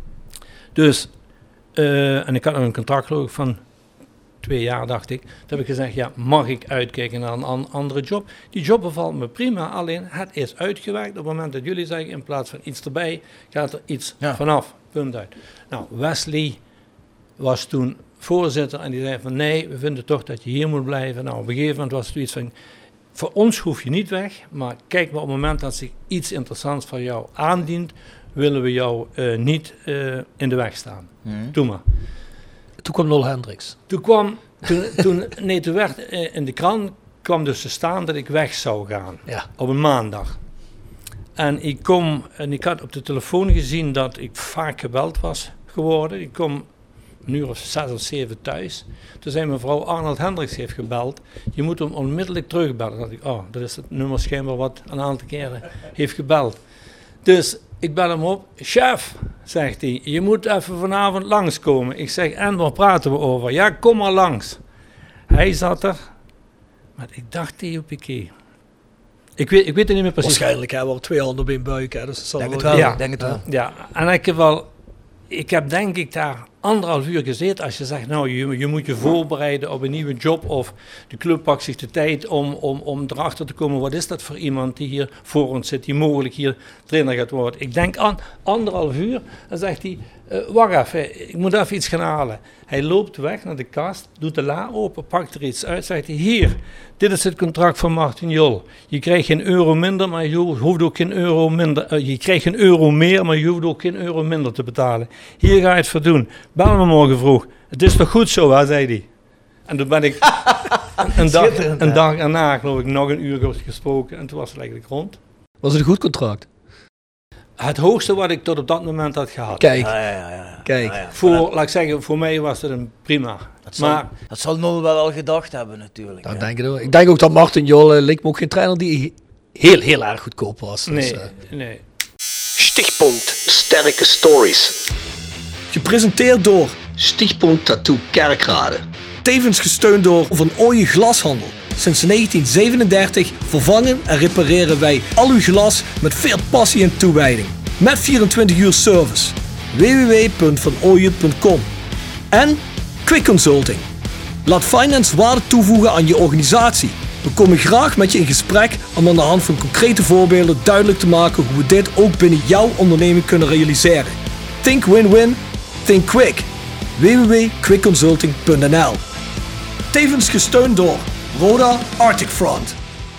Dus, uh, en ik had nog een contract geloof ik van twee jaar dacht ik. Toen heb ik gezegd, ja, mag ik uitkijken naar een an- andere job? Die job bevalt me prima, alleen het is uitgewerkt. Op het moment dat jullie zeggen, in plaats van iets erbij, gaat er iets ja. vanaf. Punt uit. Nou, Wesley was toen voorzitter en die zei van nee, we vinden toch dat je hier moet blijven. Nou, op een gegeven moment was het iets van, voor ons hoef je niet weg, maar kijk maar op het moment dat zich iets interessants voor jou aandient, willen we jou uh, niet uh, in de weg staan. Hmm. Doe maar. Toen kwam Nol Hendricks. Toen kwam, toen, toen, nee, toen werd uh, in de krant kwam dus te staan dat ik weg zou gaan. Ja. Op een maandag. En ik kom, en ik had op de telefoon gezien dat ik vaak gebeld was geworden. Ik kom een uur of zes of zeven thuis. Toen zei mevrouw Arnold Hendricks heeft gebeld. Je moet hem onmiddellijk terugbellen. Dat ik, oh, dat is het nummer schijnbaar wat een aantal keren heeft gebeld. Dus ik bel hem op. Chef, zegt hij, je moet even vanavond langskomen. Ik zeg, en waar praten we over? Ja, kom maar langs. Hij zat er, maar ik dacht Theo Piquet. Ik weet, ik weet het niet meer precies. Waarschijnlijk hebben we er twee handen op één buik. Hè, dus dat zal denk wel het wel, ja, denk het wel. Ja, en ik heb wel, ik heb denk ik daar anderhalf uur gezeten. Als je zegt, nou, je, je moet je voorbereiden op een nieuwe job of de club pakt zich de tijd om, om, om erachter te komen, wat is dat voor iemand die hier voor ons zit, die mogelijk hier trainer gaat worden. Ik denk aan anderhalf uur, dan zegt hij, uh, wacht even, ik moet even iets gaan halen. Hij loopt weg naar de kast, doet de la open, pakt er iets uit, zegt hij, hier, dit is het contract van Martin Jol. Je krijgt geen euro minder, maar je hoeft ook geen euro minder, uh, je krijgt geen euro meer, maar je hoeft ook geen euro minder te betalen. Hier ga je het voor doen. Bel me morgen vroeg. Het is toch goed zo, hè, zei hij. En toen ben ik een, dag, een dag erna, geloof ik, nog een uur gesproken en toen was het eigenlijk rond. Was het een goed contract? Het hoogste wat ik tot op dat moment had gehad. Kijk, Ja, ja, ja, ja. kijk. Ja, ja. Voor, laat ik zeggen, voor mij was het een prima. Dat zal, maar dat zal Nol wel al gedacht hebben natuurlijk. Dat ja. denk ik, ook. ik denk ook dat Martin Jol uh, leek me ook geen trainer die heel, heel erg goedkoop was. Dus, nee, uh, nee. Stichtpunt Sterke Stories. Gepresenteerd door Stichtpunt Tattoo Kerkrade. tevens gesteund door Van Ooyen Glashandel. Sinds negentien zevenendertig vervangen en repareren wij al uw glas met veel passie en toewijding. Met vierentwintig uur service. w w w punt van ooyen punt com. En Quick Consulting. Laat finance waarde toevoegen aan je organisatie. We komen graag met je in gesprek om aan de hand van concrete voorbeelden duidelijk te maken hoe we dit ook binnen jouw onderneming kunnen realiseren. Think win-win, think quick. w w w punt quick consulting punt n l. Tevens gesteund door Roda Arctic Front.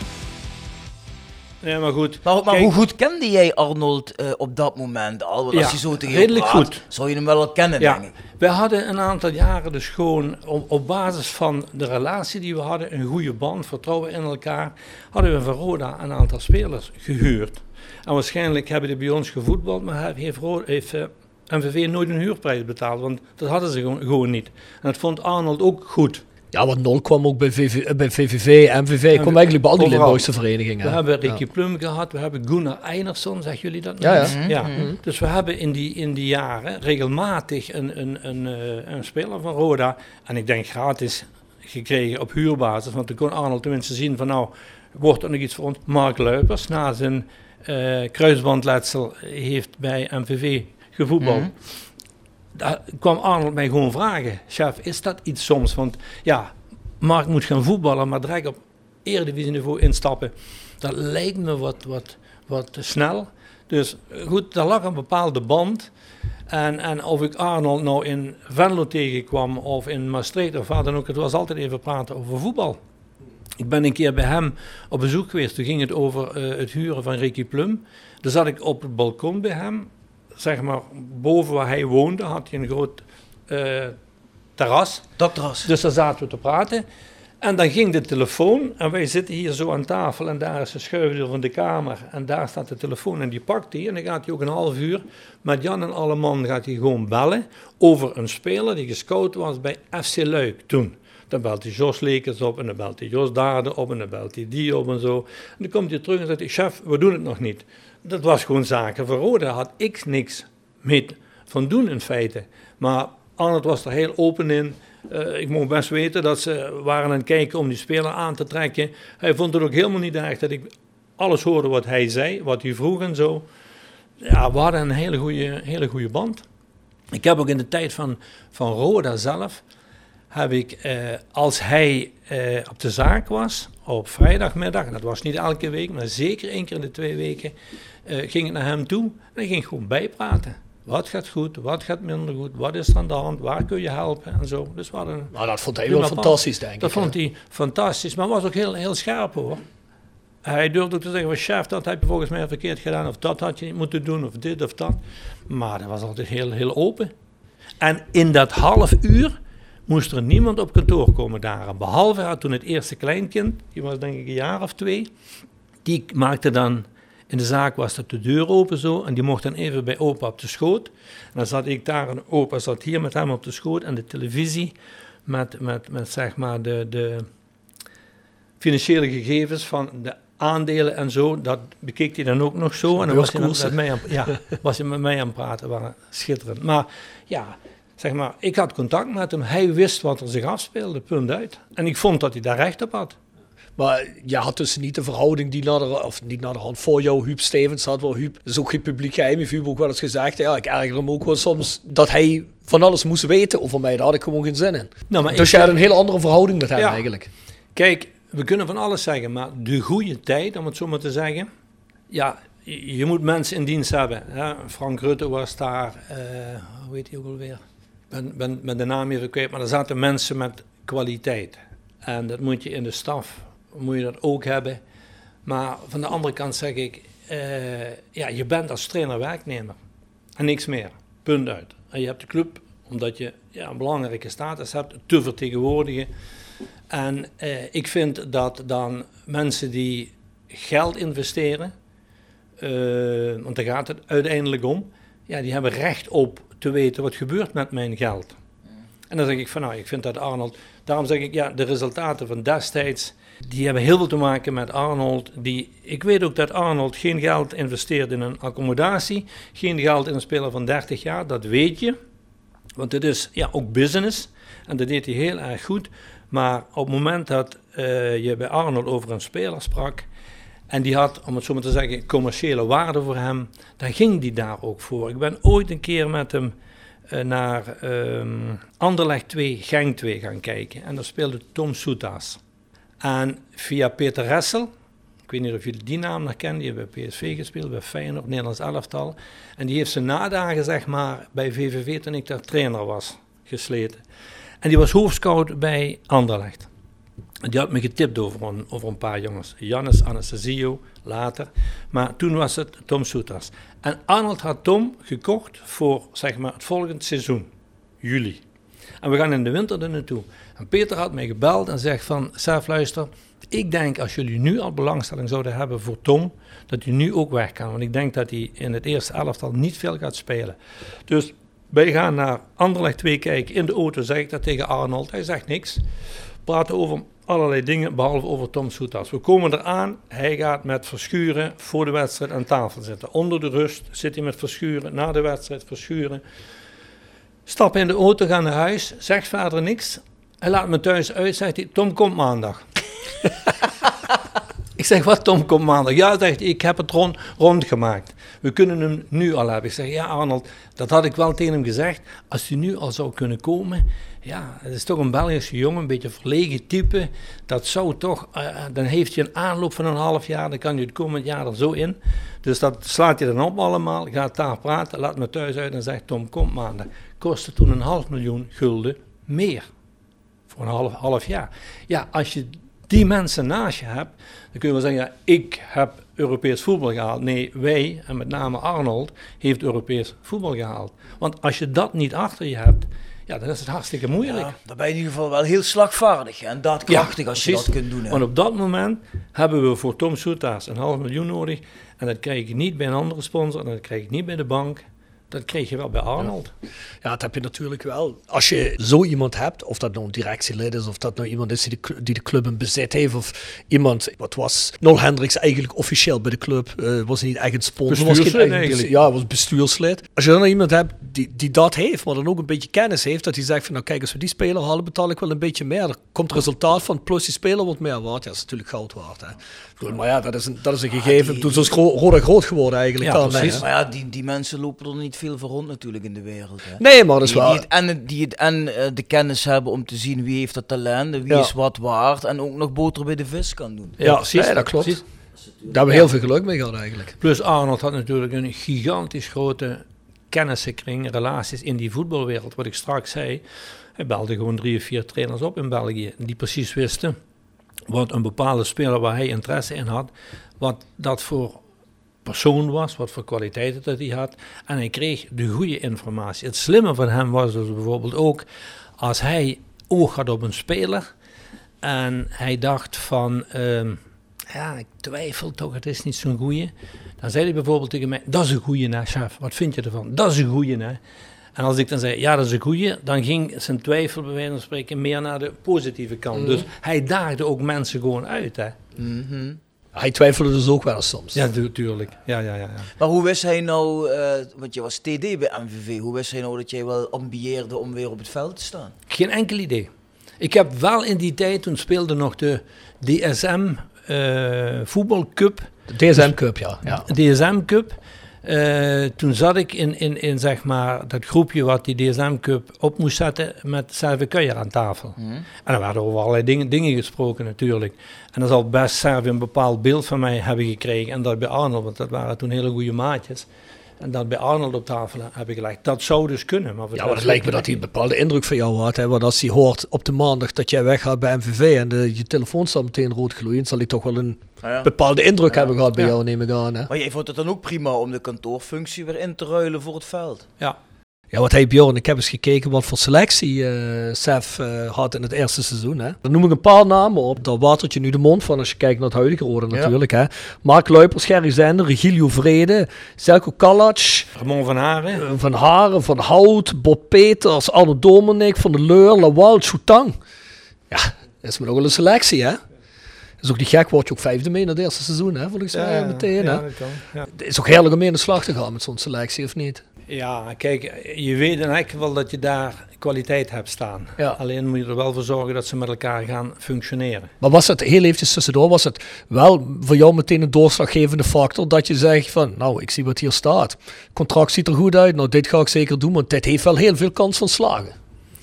Nee, maar goed. Maar, maar Kijk, hoe goed kende jij Arnold uh, op dat moment al? Want Ja, als je zo tegen redelijk praat, goed. zou je hem wel al kennen, ja, denk ik. we hadden een aantal jaren dus gewoon op, op basis van de relatie die we hadden, een goede band, vertrouwen in elkaar, hadden we van Roda een aantal spelers gehuurd. En waarschijnlijk hebben die bij ons gevoetbald, maar heeft, Roda, heeft uh, M V V nooit een huurprijs betaald, want dat hadden ze gewoon, gewoon niet. En dat vond Arnold ook goed. Ja, want Nol kwam ook bij, V V, bij V V V, M V V, kwam eigenlijk bij al die Limburgse verenigingen. We hebben Ricky ja. Plum gehad, we hebben Gunnar Einarsson, zeggen jullie dat nog? Ja, ja. Mm-hmm. ja. Mm-hmm. Dus we hebben in die, in die jaren regelmatig een, een, een, een, een speler van Roda, en ik denk gratis gekregen op huurbasis, want toen kon Arnold tenminste zien van nou, wordt er nog iets voor ons. Mark Luipers, na zijn uh, kruisbandletsel, heeft bij M V V gevoetbald. Mm-hmm. Daar kwam Arnold mij gewoon vragen, chef, is dat iets soms? Want ja, Mark moet gaan voetballen, maar direct op eredivisieniveau instappen, dat lijkt me wat, wat, wat te snel. Dus goed, daar lag een bepaalde band. En, en of ik Arnold nou in Venlo tegenkwam of in Maastricht of waar dan ook, het was altijd even praten over voetbal. Ik ben een keer bij hem op bezoek geweest, toen ging het over uh, het huren van Ricky Plum. Daar zat ik op het balkon bij hem. Zeg maar, boven waar hij woonde had hij een groot uh, terras. Dakterras. Dus daar zaten we te praten. En dan ging de telefoon en wij zitten hier zo aan tafel en daar is de schuifdeur van de kamer. En daar staat de telefoon en die pakt hij en dan gaat hij ook een half uur met Jan en alle man gaat hij gewoon bellen over een speler die gescout was bij F C Luik toen. Dan belt hij Jos Lekers op en dan belt hij Jos Daden op en dan belt hij die op en zo. En dan komt hij terug en zegt hij, chef, we doen het nog niet. Dat was gewoon zaken voor Roda, daar had ik niks mee van doen in feite. Maar Arnold was er heel open in. Uh, ik mocht best weten dat ze waren aan het kijken om die speler aan te trekken. Hij vond het ook helemaal niet erg dat ik alles hoorde wat hij zei, wat hij vroeg en zo. Ja, we hadden een hele goede, hele goede band. Ik heb ook in de tijd van, van Roda zelf, heb ik, uh, als hij uh, op de zaak was, op vrijdagmiddag, en dat was niet elke week, maar zeker één keer in de twee weken, uh, ging ik naar hem toe en hij ging gewoon bijpraten. Wat gaat goed, wat gaat minder goed, wat is er aan de hand, waar kun je helpen en zo. Dus we hadden, nou, dat vond hij wel fantastisch, denk ik. Dat vond hij fantastisch, maar was ook heel, heel scherp hoor. Hij durfde ook te zeggen, chef, dat heb je volgens mij verkeerd gedaan, of dat had je niet moeten doen, of dit of dat. Maar dat was altijd heel, heel open. En in dat half uur moest er niemand op kantoor komen daar. Behalve had toen het eerste kleinkind, die was denk ik een jaar of twee, die maakte dan, in de zaak was dat de deur open zo, en die mocht dan even bij opa op de schoot. En dan zat ik daar, en opa zat hier met hem op de schoot, en de televisie met, met, met zeg maar de, de financiële gegevens van de aandelen en zo, dat bekeek hij dan ook nog zo. En dan was hij, dan met mij aan, ja, was hij met mij aan het praten, waren schitterend. Maar ja, zeg maar, ik had contact met hem, hij wist wat er zich afspeelde, punt uit. En ik vond dat hij daar recht op had. Maar je had dus niet de verhouding die naar de, of niet naar de hand voor jou, Huub Stevens had wel. Huub, dat is ook geen publiek geheim, heeft Huub ook wel eens gezegd. Ja, ik erger hem ook wel soms dat hij van alles moest weten over mij. Daar had ik gewoon geen zin in. Nou, maar dus je had een hele andere verhouding met hem ja, eigenlijk. Kijk, we kunnen van alles zeggen, maar de goede tijd, om het zo maar te zeggen. Ja, je, je moet mensen in dienst hebben. Hè? Frank Rutte was daar, uh, hoe heet hij ook alweer? Ik ben, ben met de naam even kwijt, maar er zaten mensen met kwaliteit. En dat moet je in de staf, moet je dat ook hebben. Maar van de andere kant zeg ik, uh, ja, je bent als trainer werknemer. En niks meer, punt uit. En je hebt de club, omdat je ja, een belangrijke status hebt, te vertegenwoordigen. En uh, ik vind dat dan mensen die geld investeren, uh, want daar gaat het uiteindelijk om, ja, die hebben recht op te weten wat gebeurt met mijn geld. En dan zeg ik van nou, ik vind dat Arnold, daarom zeg ik ja, de resultaten van destijds, die hebben heel veel te maken met Arnold. Die, ik weet ook dat Arnold geen geld investeert in een accommodatie, geen geld in een speler van dertig jaar, dat weet je. Want het is ja, ook business en dat deed hij heel erg goed. Maar op het moment dat uh, je bij Arnold over een speler sprak en die had, om het zo maar te zeggen, commerciële waarde voor hem, dan ging die daar ook voor. Ik ben ooit een keer met hem uh, naar um, Anderlecht twee, Genk twee gaan kijken en daar speelde Tom Soetaas. En via Peter Ressel, ik weet niet of jullie die naam nog kennen, die heeft bij P S V gespeeld, bij Feyenoord, Nederlands elftal. En die heeft zijn nadagen, zeg maar, bij V V V toen ik daar trainer was, gesleten. En die was hoofdscout bij Anderlecht. En die had me getipt over een, over een paar jongens. Jannes Anastasio, later. Maar toen was het Tom Soetaas. En Arnold had Tom gekocht voor, zeg maar, het volgende seizoen. Juli. En we gaan in de winter er naartoe. En Peter had mij gebeld en zegt van, Sef, luister, ik denk als jullie nu al belangstelling zouden hebben voor Tom, dat hij nu ook weg kan. Want ik denk dat hij in het eerste elftal niet veel gaat spelen. Dus wij gaan naar Anderlecht twee kijken. In de auto zeg ik dat tegen Arnold. Hij zegt niks. Praten over allerlei dingen, behalve over Tom Soetaas. We komen eraan. Hij gaat met Verschuren voor de wedstrijd aan tafel zitten. Onder de rust zit hij met Verschuren. Na de wedstrijd Verschuren. Stappen in de auto, gaan naar huis. Zegt verder niks. Hij laat me thuis uit. Zegt hij, Tom komt maandag. Ik zeg, wat Tom komt maandag? Ja, zegt hij, ik heb het rond, rondgemaakt. We kunnen hem nu al hebben. Ik zeg, ja Arnold, dat had ik wel tegen hem gezegd. Als hij nu al zou kunnen komen, ja, het is toch een Belgische jongen, een beetje verlegen type. Dat zou toch, uh, dan heeft hij een aanloop van een half jaar, dan kan hij het komend jaar er zo in. Dus dat slaat hij dan op allemaal, gaat daar praten, laat me thuis uit en zegt, Tom, komt maandag. Kostte toen een half miljoen gulden meer. Voor een half, half jaar. Ja, als je die mensen naast je hebt, dan kun je wel zeggen, ja, ik heb Europees voetbal gehaald. Nee, wij, en met name Arnold, heeft Europees voetbal gehaald. Want als je dat niet achter je hebt, ja, dan is het hartstikke moeilijk. Ja, dan ben je in ieder geval wel heel slagvaardig en daadkrachtig ja, als je precies. dat kunt doen. Hè. Want op dat moment hebben we voor Tom Soetaas een half miljoen nodig. En dat krijg ik niet bij een andere sponsor, en dat krijg ik niet bij de bank. Dat kreeg je wel bij Arnold. Ja. ja, dat heb je natuurlijk wel. Als je zo iemand hebt, of dat nou een directielid is, of dat nou iemand is die de, die de club in bezit heeft, of iemand, wat was Nol Hendricks eigenlijk officieel bij de club, uh, was niet echt een sponsor. Was geen eigen bestuur, ja, was bestuurslid. Als je dan nou iemand hebt die, die dat heeft, maar dan ook een beetje kennis heeft, dat hij zegt van, nou kijk, als we die speler halen, betaal ik wel een beetje meer. Er komt het resultaat van, plus die speler wordt meer waard. Ja, dat is natuurlijk goud waard. Hè. Bedoel, maar ja, dat is een, dat is een gegeven. Ah, die, Toen is gro- Roda groot geworden eigenlijk. Ja, dan, precies. Hè. Maar ja, die, die mensen lopen er niet veel voor rond natuurlijk in de wereld. Hè. Nee, maar dat is die, wel... Die het, en, die het en uh, de kennis hebben om te zien wie heeft dat talent, wie ja. is wat waard en ook nog boter bij de vis kan doen. Ja, ja precies. Nee, dat klopt. Precies. Daar hebben we heel veel geluk mee gehad eigenlijk. Plus Arnold had natuurlijk een gigantisch grote kennissenkring, relaties in die voetbalwereld. Wat ik straks zei, hij belde gewoon drie of vier trainers op in België die precies wisten wat een bepaalde speler waar hij interesse in had, wat dat voor persoon was, wat voor kwaliteiten dat hij had. En hij kreeg de goede informatie. Het slimme van hem was dus bijvoorbeeld ook, als hij oog had op een speler en hij dacht van, um, ja, ik twijfel toch, het is niet zo'n goeie. Dan zei hij bijvoorbeeld tegen mij, dat is een goeie, hè, chef, wat vind je ervan? Dat is een goeie, hè. En als ik dan zei, ja, dat is een goeie, dan ging zijn twijfel bij wijze van spreken meer naar de positieve kant. Mm. Dus hij daagde ook mensen gewoon uit, hè. Mm-hmm. Hij twijfelde dus ook wel eens soms. Ja, natuurlijk. Ja, ja, ja, ja. Maar hoe wist hij nou, uh, want je was T D bij M V V, hoe wist hij nou dat jij wel ambieerde om weer op het veld te staan? Geen enkel idee. Ik heb wel in die tijd, toen speelde nog de D S M uh, voetbalcup. De D S M Cup, ja. ja. D S M Cup. Uh, toen zat ik in, in, in zeg maar dat groepje wat die D S M Cup op moest zetten met Serve Kuijer aan tafel. Mm. En dan werden over allerlei dingen, dingen gesproken natuurlijk. En dan zal best Serve een bepaald beeld van mij hebben gekregen. En dat bij Arnold, want dat waren toen hele goede maatjes. En dat bij Arnold op tafel heb ik gelegd. Dat zou dus kunnen. Maar ja, maar het lijkt me dat hij een bepaalde indruk van jou had. Hè? Want als hij hoort op de maandag dat jij weggaat bij M V V en de, je telefoon staat meteen rood gloeiend, zal hij toch wel een ja, ja. bepaalde indruk ja. hebben gehad bij ja. jou, neem ik aan. Hè? Maar jij vond het dan ook prima om de kantoorfunctie weer in te ruilen voor het veld? Ja. Ja, wat hij Bjorn, ik heb eens gekeken wat voor selectie uh, Sef uh, had in het eerste seizoen. Hè. Dan noem ik een paar namen op. Daar watert je nu de mond van als je kijkt naar het huidige Roda natuurlijk. Ja. Hè. Mark Luipers, Gerry Zender, Regilio Vrede, Zelko Kalac, Ramon van Haren, uh, Van Haren, Van Hout, Bob Peters, Arno Dominik, Van der Leur, Lawal, Choutang. Ja, dat is maar nog wel een selectie, hè. Dat is ook niet gek, word je ook vijfde mee in het eerste seizoen, hè, volgens mij ja, meteen. Ja, hè. Dat kan, ja. Het is ook heerlijk om mee in de slag te gaan met zo'n selectie, of niet? Ja, kijk, je weet in elk geval dat je daar kwaliteit hebt staan. Ja. Alleen moet je er wel voor zorgen dat ze met elkaar gaan functioneren. Maar was het, heel eventjes tussendoor, was het wel voor jou meteen een doorslaggevende factor dat je zegt van, nou, ik zie wat hier staat. Het contract ziet er goed uit, nou, dit ga ik zeker doen, want dit heeft wel heel veel kans van slagen.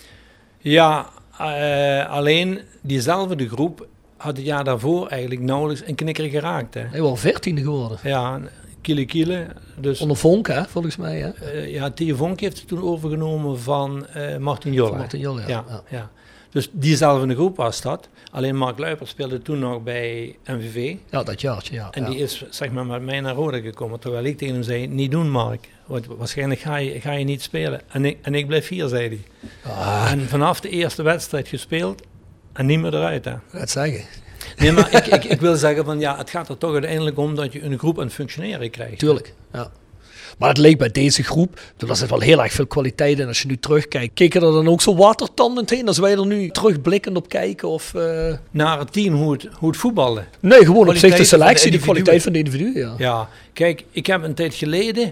Ja, uh, alleen diezelfde groep had het jaar daarvoor eigenlijk nauwelijks een knikker geraakt. Hè. Hij was veertiende geworden. Ja, Kiele Kiele. Dus, onder Vonk, hè, volgens mij. Hè? Uh, ja, Theo Vonk heeft het toen overgenomen van uh, Martin Jolle. Martin Jolle, ja. Ja, ja. ja. Dus diezelfde groep was dat. Alleen Mark Luipers speelde toen nog bij M V V. Ja, dat jaartje, ja. En ja. die is zeg maar met mij naar Roda gekomen. Terwijl ik tegen hem zei, niet doen Mark. Want waarschijnlijk ga je, ga je niet spelen. En ik, en ik blijf hier, zei hij. Ah. En vanaf de eerste wedstrijd gespeeld en niet meer eruit. Hè. Dat zeggen. Nee, maar ik, ik, ik wil zeggen van ja, het gaat er toch uiteindelijk om dat je een groep aan het functioneren krijgt. Tuurlijk, ja. Maar het leek bij deze groep, er zit wel heel erg veel kwaliteit in. Als je nu terugkijkt, keken er dan ook zo watertandend heen als wij er nu terugblikkend op kijken? Of, uh... naar het team, hoe het, hoe het voetbalde? Nee, gewoon op zich de selectie, de, de kwaliteit van de individu. Ja. ja, kijk, ik heb een tijd geleden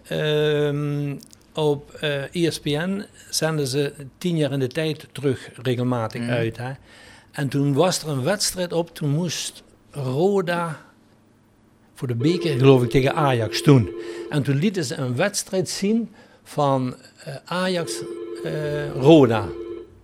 um, op uh, E S P N zenden ze tien jaar in de tijd terug regelmatig mm. uit. Hè? En toen was er een wedstrijd op, toen moest Roda voor de beker, geloof ik, tegen Ajax toen. En toen lieten ze een wedstrijd zien van uh, Ajax-Roda. Uh,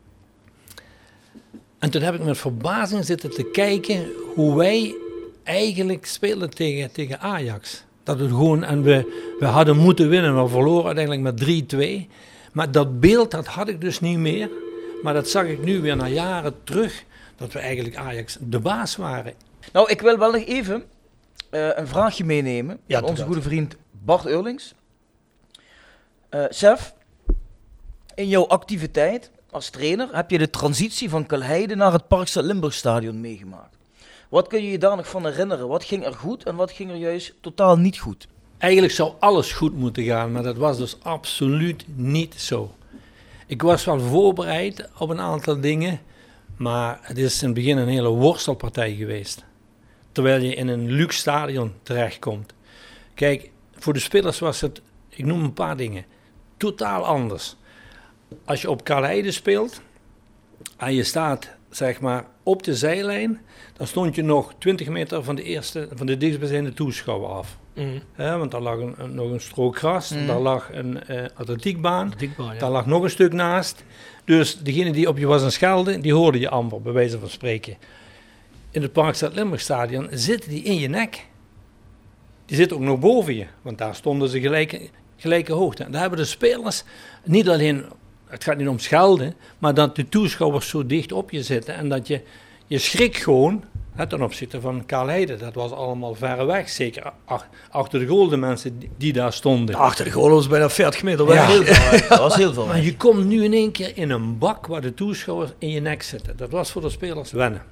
en toen heb ik met verbazing zitten te kijken hoe wij eigenlijk speelden tegen, tegen Ajax. Dat we gewoon, en we, we hadden moeten winnen, we verloren uiteindelijk met drie twee. Maar dat beeld, dat had ik dus niet meer. Maar dat zag ik nu weer na jaren terug, dat we eigenlijk Ajax de baas waren. Nou, ik wil wel nog even uh, een vraagje meenemen ja, van onze goede vriend Bart Eurlings. Uh, Sef, in jouw activiteit als trainer heb je de transitie van Kalheide naar het Parkstad Limburgstadion meegemaakt. Wat kun je je daar nog van herinneren? Wat ging er goed en wat ging er juist totaal niet goed? Eigenlijk zou alles goed moeten gaan, maar dat was dus absoluut niet zo. Ik was wel voorbereid op een aantal dingen, maar het is in het begin een hele worstelpartij geweest. Terwijl je in een luxe stadion terechtkomt. Kijk, voor de spelers was het, ik noem een paar dingen, totaal anders. Als je op Kaalheide speelt en je staat zeg maar op de zijlijn, dan stond je nog twintig meter van de eerste, van de dichtstbijzijnde toeschouwer af. Mm. He, want daar lag een, een, nog een strook gras, mm. daar lag een uh, atletiekbaan, atletiekbaan ja. Daar lag nog een stuk naast. Dus degene die op je was aan schelden, die hoorde je amper, bij wijze van spreken. In het Parkstad Limburgstadion zitten die in je nek. Die zitten ook nog boven je, want daar stonden ze gelijke, gelijke hoogte. En daar hebben de spelers niet alleen, het gaat niet om schelden, maar dat de toeschouwers zo dicht op je zitten en dat je, je schrik gewoon, hè, ten opzichte van Kaalheide, dat was allemaal ver weg, zeker ach, achter de goal de mensen die, die daar stonden. Achter de goal was bijna veertig meter weg. Ja, heel veel, dat was heel veel. Maar je komt nu in één keer in een bak waar de toeschouwers in je nek zitten. Dat was voor de spelers wennen.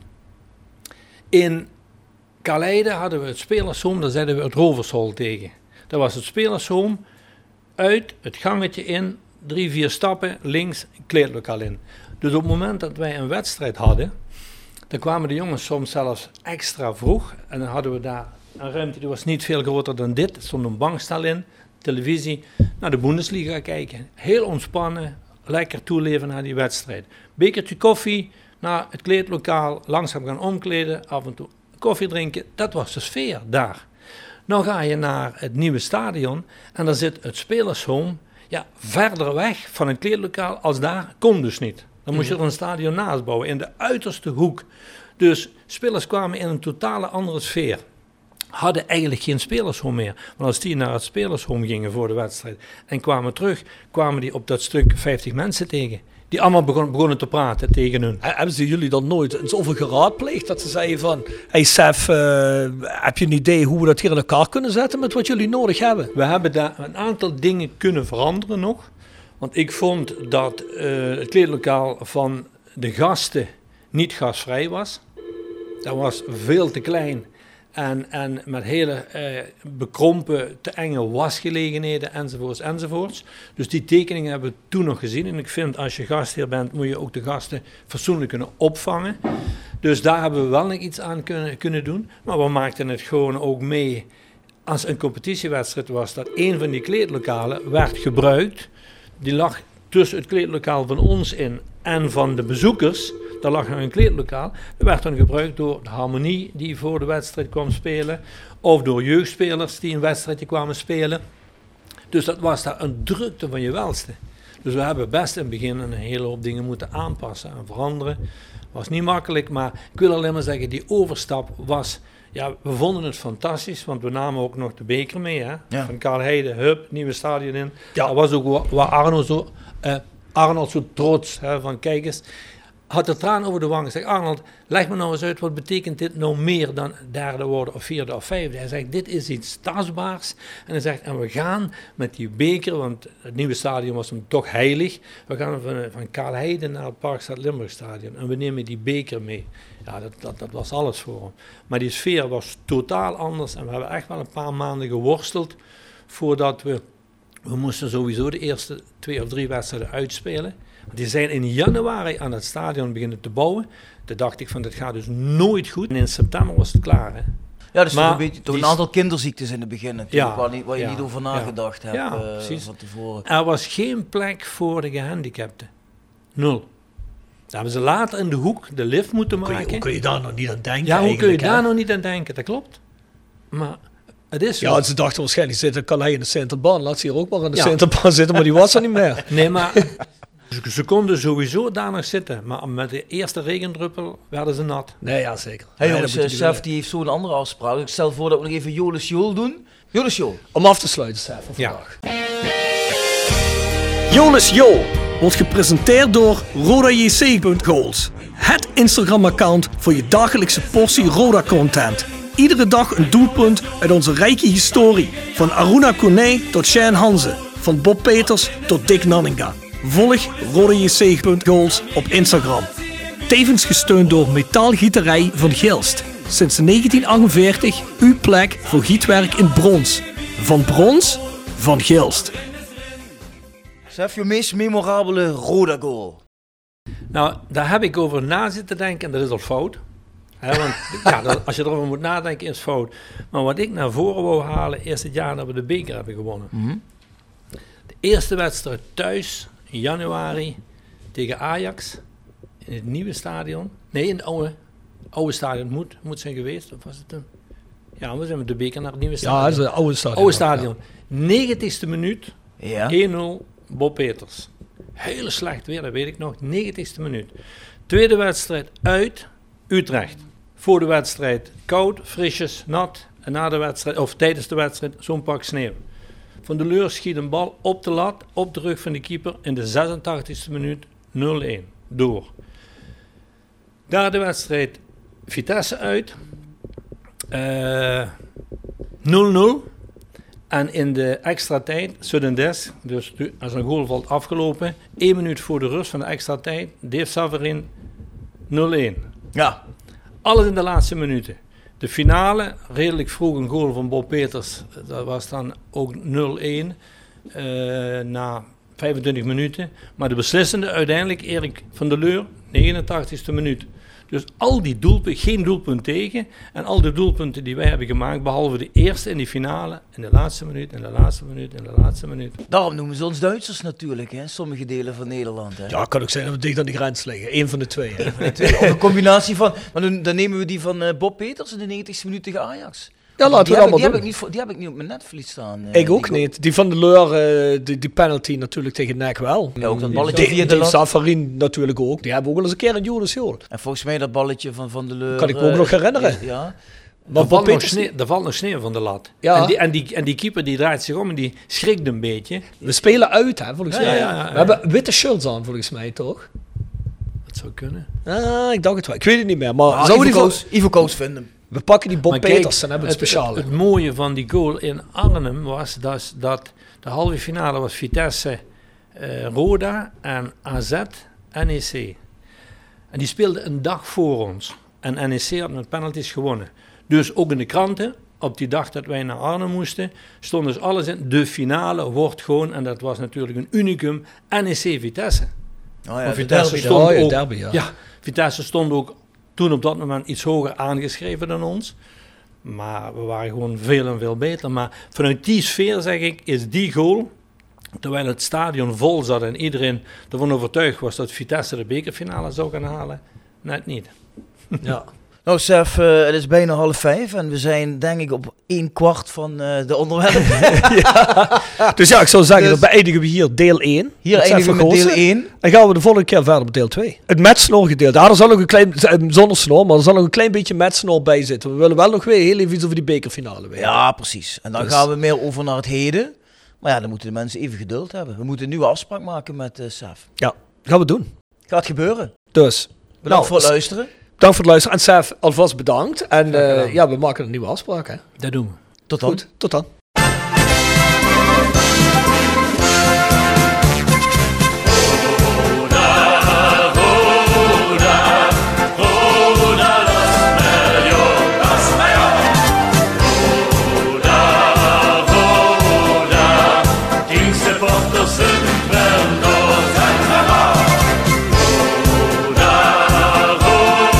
In Kaalheide hadden we het spelershome, daar zeiden we het rovershol tegen. Dat was het spelershome, uit het gangetje in, drie, vier stappen, links, kleedlokaal in. Dus op het moment dat wij een wedstrijd hadden, dan kwamen de jongens soms zelfs extra vroeg. En dan hadden we daar een ruimte, die was niet veel groter dan dit. Er stond een bankstel in, televisie, naar de Bundesliga kijken. Heel ontspannen, lekker toeleven naar die wedstrijd. Bekertje koffie, naar het kleedlokaal, langzaam gaan omkleden, af en toe koffie drinken. Dat was de sfeer daar. Nou ga je naar het nieuwe stadion en daar zit het spelershome ja, verder weg van het kleedlokaal als daar, kon dus niet. Dan moest je er een stadion naast bouwen, in de uiterste hoek. Dus spelers kwamen in een totale andere sfeer. Hadden eigenlijk geen spelershome meer. Want als die naar het spelershome gingen voor de wedstrijd en kwamen terug, kwamen die op dat stuk vijftig mensen tegen. Die allemaal begon, begonnen te praten tegen hun. Hebben ze jullie dan nooit zoveel geraadpleegd dat ze zeiden van, hey Sef, uh, heb je een idee hoe we dat hier in elkaar kunnen zetten met wat jullie nodig hebben? We hebben daar een aantal dingen kunnen veranderen nog. Want ik vond dat uh, het kleedlokaal van de gasten niet gasvrij was. Dat was veel te klein en, en met hele uh, bekrompen, te enge wasgelegenheden enzovoorts enzovoorts. Dus die tekeningen hebben we toen nog gezien. En ik vind als je gastheer bent moet je ook de gasten fatsoenlijk kunnen opvangen. Dus daar hebben we wel nog iets aan kunnen, kunnen doen. Maar we maakten het gewoon ook mee als een competitiewedstrijd was dat een van die kleedlokalen werd gebruikt. Die lag tussen het kleedlokaal van ons in en van de bezoekers. Daar lag nog een kleedlokaal. Dat werd dan gebruikt door de Harmonie die voor de wedstrijd kwam spelen. Of door jeugdspelers die een wedstrijdje kwamen spelen. Dus dat was daar een drukte van je welste. Dus we hebben best in het begin een hele hoop dingen moeten aanpassen en veranderen. Was niet makkelijk, maar ik wil alleen maar zeggen, die overstap was... Ja, we vonden het fantastisch, want we namen ook nog de beker mee, hè? Ja. Van Kaalheide, hup, nieuwe stadion in. Ja. Dat was ook waar Arno zo, uh, Arnold zo trots, hè, van kijk eens, had de traan over de wangen. Zegt Arnold, leg me nou eens uit, wat betekent dit nou meer dan derde worden of vierde of vijfde? Hij zegt, dit is iets tastbaars. En hij zegt, en we gaan met die beker, want het nieuwe stadion was hem toch heilig. We gaan van, van Kaalheide naar het Parkstad Limburgstadion en we nemen die beker mee. Ja, dat, dat, dat was alles voor hem. Maar die sfeer was totaal anders en we hebben echt wel een paar maanden geworsteld voordat we, we moesten sowieso de eerste twee of drie wedstrijden uitspelen. Die zijn in januari aan het stadion beginnen te bouwen. Toen dacht ik van, dit gaat dus nooit goed. En in september was het klaar, hè. Ja, dus toch een, beetje, toch een aantal kinderziektes in het begin natuurlijk, ja, waar, niet, waar je ja, niet over nagedacht ja, hebt ja, uh, precies. van tevoren. Er was geen plek voor de gehandicapten. Nul. Daar hebben ze later in de hoek de lift moeten maken. Kun je, hoe kun je daar nog niet aan denken? Ja, hoe kun je daar nog niet aan denken? Dat klopt. Maar het is zo. Ja, ze dachten waarschijnlijk, zitten kan hij in de centerbaan. Laat ze hier ook maar in de ja. centerbaan zitten, maar die was er niet meer. Nee, maar ze konden sowieso daar nog zitten. Maar met de eerste regendruppel werden ze nat. Nee, ja, zeker. Hey, jongens, uh, Sef die heeft zo'n andere afspraak. Ik stel voor dat we nog even Jolis Jool doen. Jolis Jool. Om af te sluiten, Sef, voor ja. vandaag. Jolis Jool wordt gepresenteerd door Roda J C punt goals. Het Instagram-account voor je dagelijkse portie Roda-content. Iedere dag een doelpunt uit onze rijke historie. Van Aruna Kone tot Shane Hanze. Van Bob Peters tot Dick Nanninga. Volg Roda J C punt goals op Instagram. Tevens gesteund door Metaalgieterij van Gilst. Sinds negentien achtenveertig uw plek voor gietwerk in brons. van Brons, van Gilst. Zeg je meest memorabele Roda goal? Nou, daar heb ik over na zitten denken en dat is al fout. He, want ja, dat, als je erover moet nadenken is het fout. Maar wat ik naar voren wou halen is het jaar dat we de beker hebben gewonnen. Mm-hmm. De eerste wedstrijd thuis in januari tegen Ajax in het nieuwe stadion. Nee, in het oude, oude stadion moet, moet zijn geweest. Of was het toen? Ja, we zijn met de beker naar het nieuwe stadion. Ja, dat is het oude stadion. Oude stadion. negentigste minuut, Ja. één nul, Bob Peters. Hele slecht weer, dat weet ik nog. negentigste minuut. Tweede wedstrijd uit Utrecht. Voor de wedstrijd koud, frisjes, nat. En na de wedstrijd, of tijdens de wedstrijd, zo'n pak sneeuw. Van der Leur schiet een bal op de lat, op de rug van de keeper. In de zesentachtigste minuut nul één. Door. Daar de wedstrijd Vitesse uit. Uh, nul nul. En in de extra tijd, sudden death, dus als een goal valt afgelopen, één minuut voor de rust van de extra tijd, Dave Savarin nul één. Ja. Alles in de laatste minuten. De finale, redelijk vroeg een goal van Bob Peters, dat was dan ook nul één uh, na vijfentwintig minuten. Maar de beslissende uiteindelijk Erik van der Leur, negenentachtigste minuut. Dus al die doelpunten, geen doelpunt tegen. En al de doelpunten die wij hebben gemaakt, behalve de eerste in die finale, in de laatste minuut, in de laatste minuut, in de laatste minuut. Daarom noemen ze ons Duitsers natuurlijk, hè? Sommige delen van Nederland. Hè? Ja, kan ook zijn dat we dicht aan de grens liggen. Eén van de twee. Hè. Of een combinatie van, maar dan, dan nemen we die van uh, Bob Peters in de negentigste minuut tegen Ajax. Ja, laten die we dat maar die doen. Heb ik niet, die heb ik niet op mijn netvlies staan. Uh, Ik ook die niet. Die van der Leur, uh, die, die penalty natuurlijk tegen N E C wel. Ja, ook dat balletje Die, via de die lat. Savarin natuurlijk ook. Die hebben ook wel eens een keer een Joris gehoord. En volgens mij dat balletje van Van der Leur. Kan ik me ook nog herinneren. Is, ja. Maar er, valt nog sneeuw, er valt nog sneeuw van de lat. Ja. En, die, en, die, en die keeper die draait zich om en die schrikt een beetje. We spelen uit, hè, volgens Ja, mij. ja, ja, ja. We hebben witte shirts aan, volgens mij, toch? Dat zou kunnen. Ah, ik dacht het wel. Ik weet het niet meer. Maar Ah, zouden Ivo die Koos, Ivo Koos vinden. we pakken die Bob Maar kijk, Peters en hebben het speciaal. Het, het mooie van die goal in Arnhem was dat, dat de halve finale was Vitesse, uh, Roda en A Z, N E C. En die speelden een dag voor ons. En N E C had met penalties gewonnen. Dus ook in de kranten, op die dag dat wij naar Arnhem moesten, stond dus alles in. De finale wordt gewoon, en dat was natuurlijk een unicum, N E C Vitesse. Oh ja, Maar de Vitesse derby, stond oh ja, ook, derby, ja. ja, Vitesse stond ook toen op dat moment iets hoger aangeschreven dan ons. Maar we waren gewoon veel en veel beter. Maar vanuit die sfeer, zeg ik, is die goal, terwijl het stadion vol zat en iedereen ervan overtuigd was dat Vitesse de bekerfinale zou gaan halen, net niet. Ja. Nou, Sef, uh, het is bijna half vijf en we zijn denk ik op één kwart van uh, de onderwerpen. Ja. Dus ja, ik zou zeggen, Dus- dan beëindigen we hier deel één. Hier Met eindigen we met Sef deel Vergoosen. één. En gaan we de volgende keer verder met deel twee. Het met snor gedeelte. Ja, er zal nog een klein, zonder snor, maar er zal nog een klein beetje met snor bij zitten. We willen wel nog weer heel even iets over die bekerfinale weten. Ja, precies. En dan Dus- gaan we meer over naar het heden. Maar ja, dan moeten de mensen even geduld hebben. We moeten een nieuwe afspraak maken met uh, Sef. Ja, gaan we doen. Gaat gebeuren. Dus, Bedankt nou, voor het luisteren. bedankt voor het luisteren. En Sef, alvast bedankt. En Graag gedaan. uh, ja, we maken een nieuwe afspraak. Hè. Dat doen we. Tot dan. Goed, tot dan.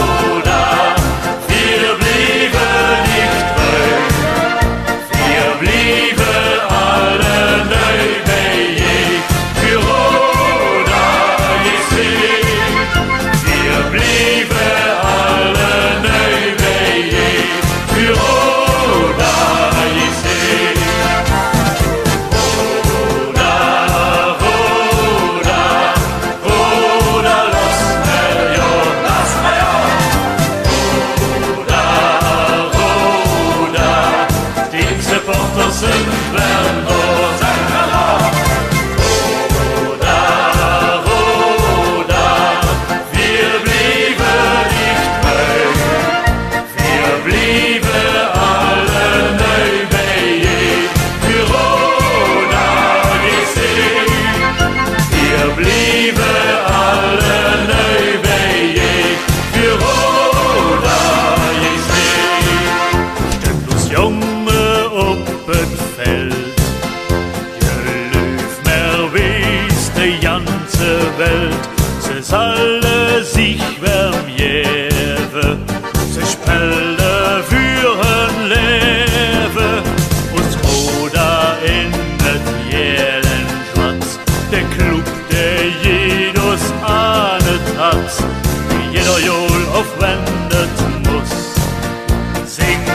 Wir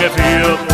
Lange Field.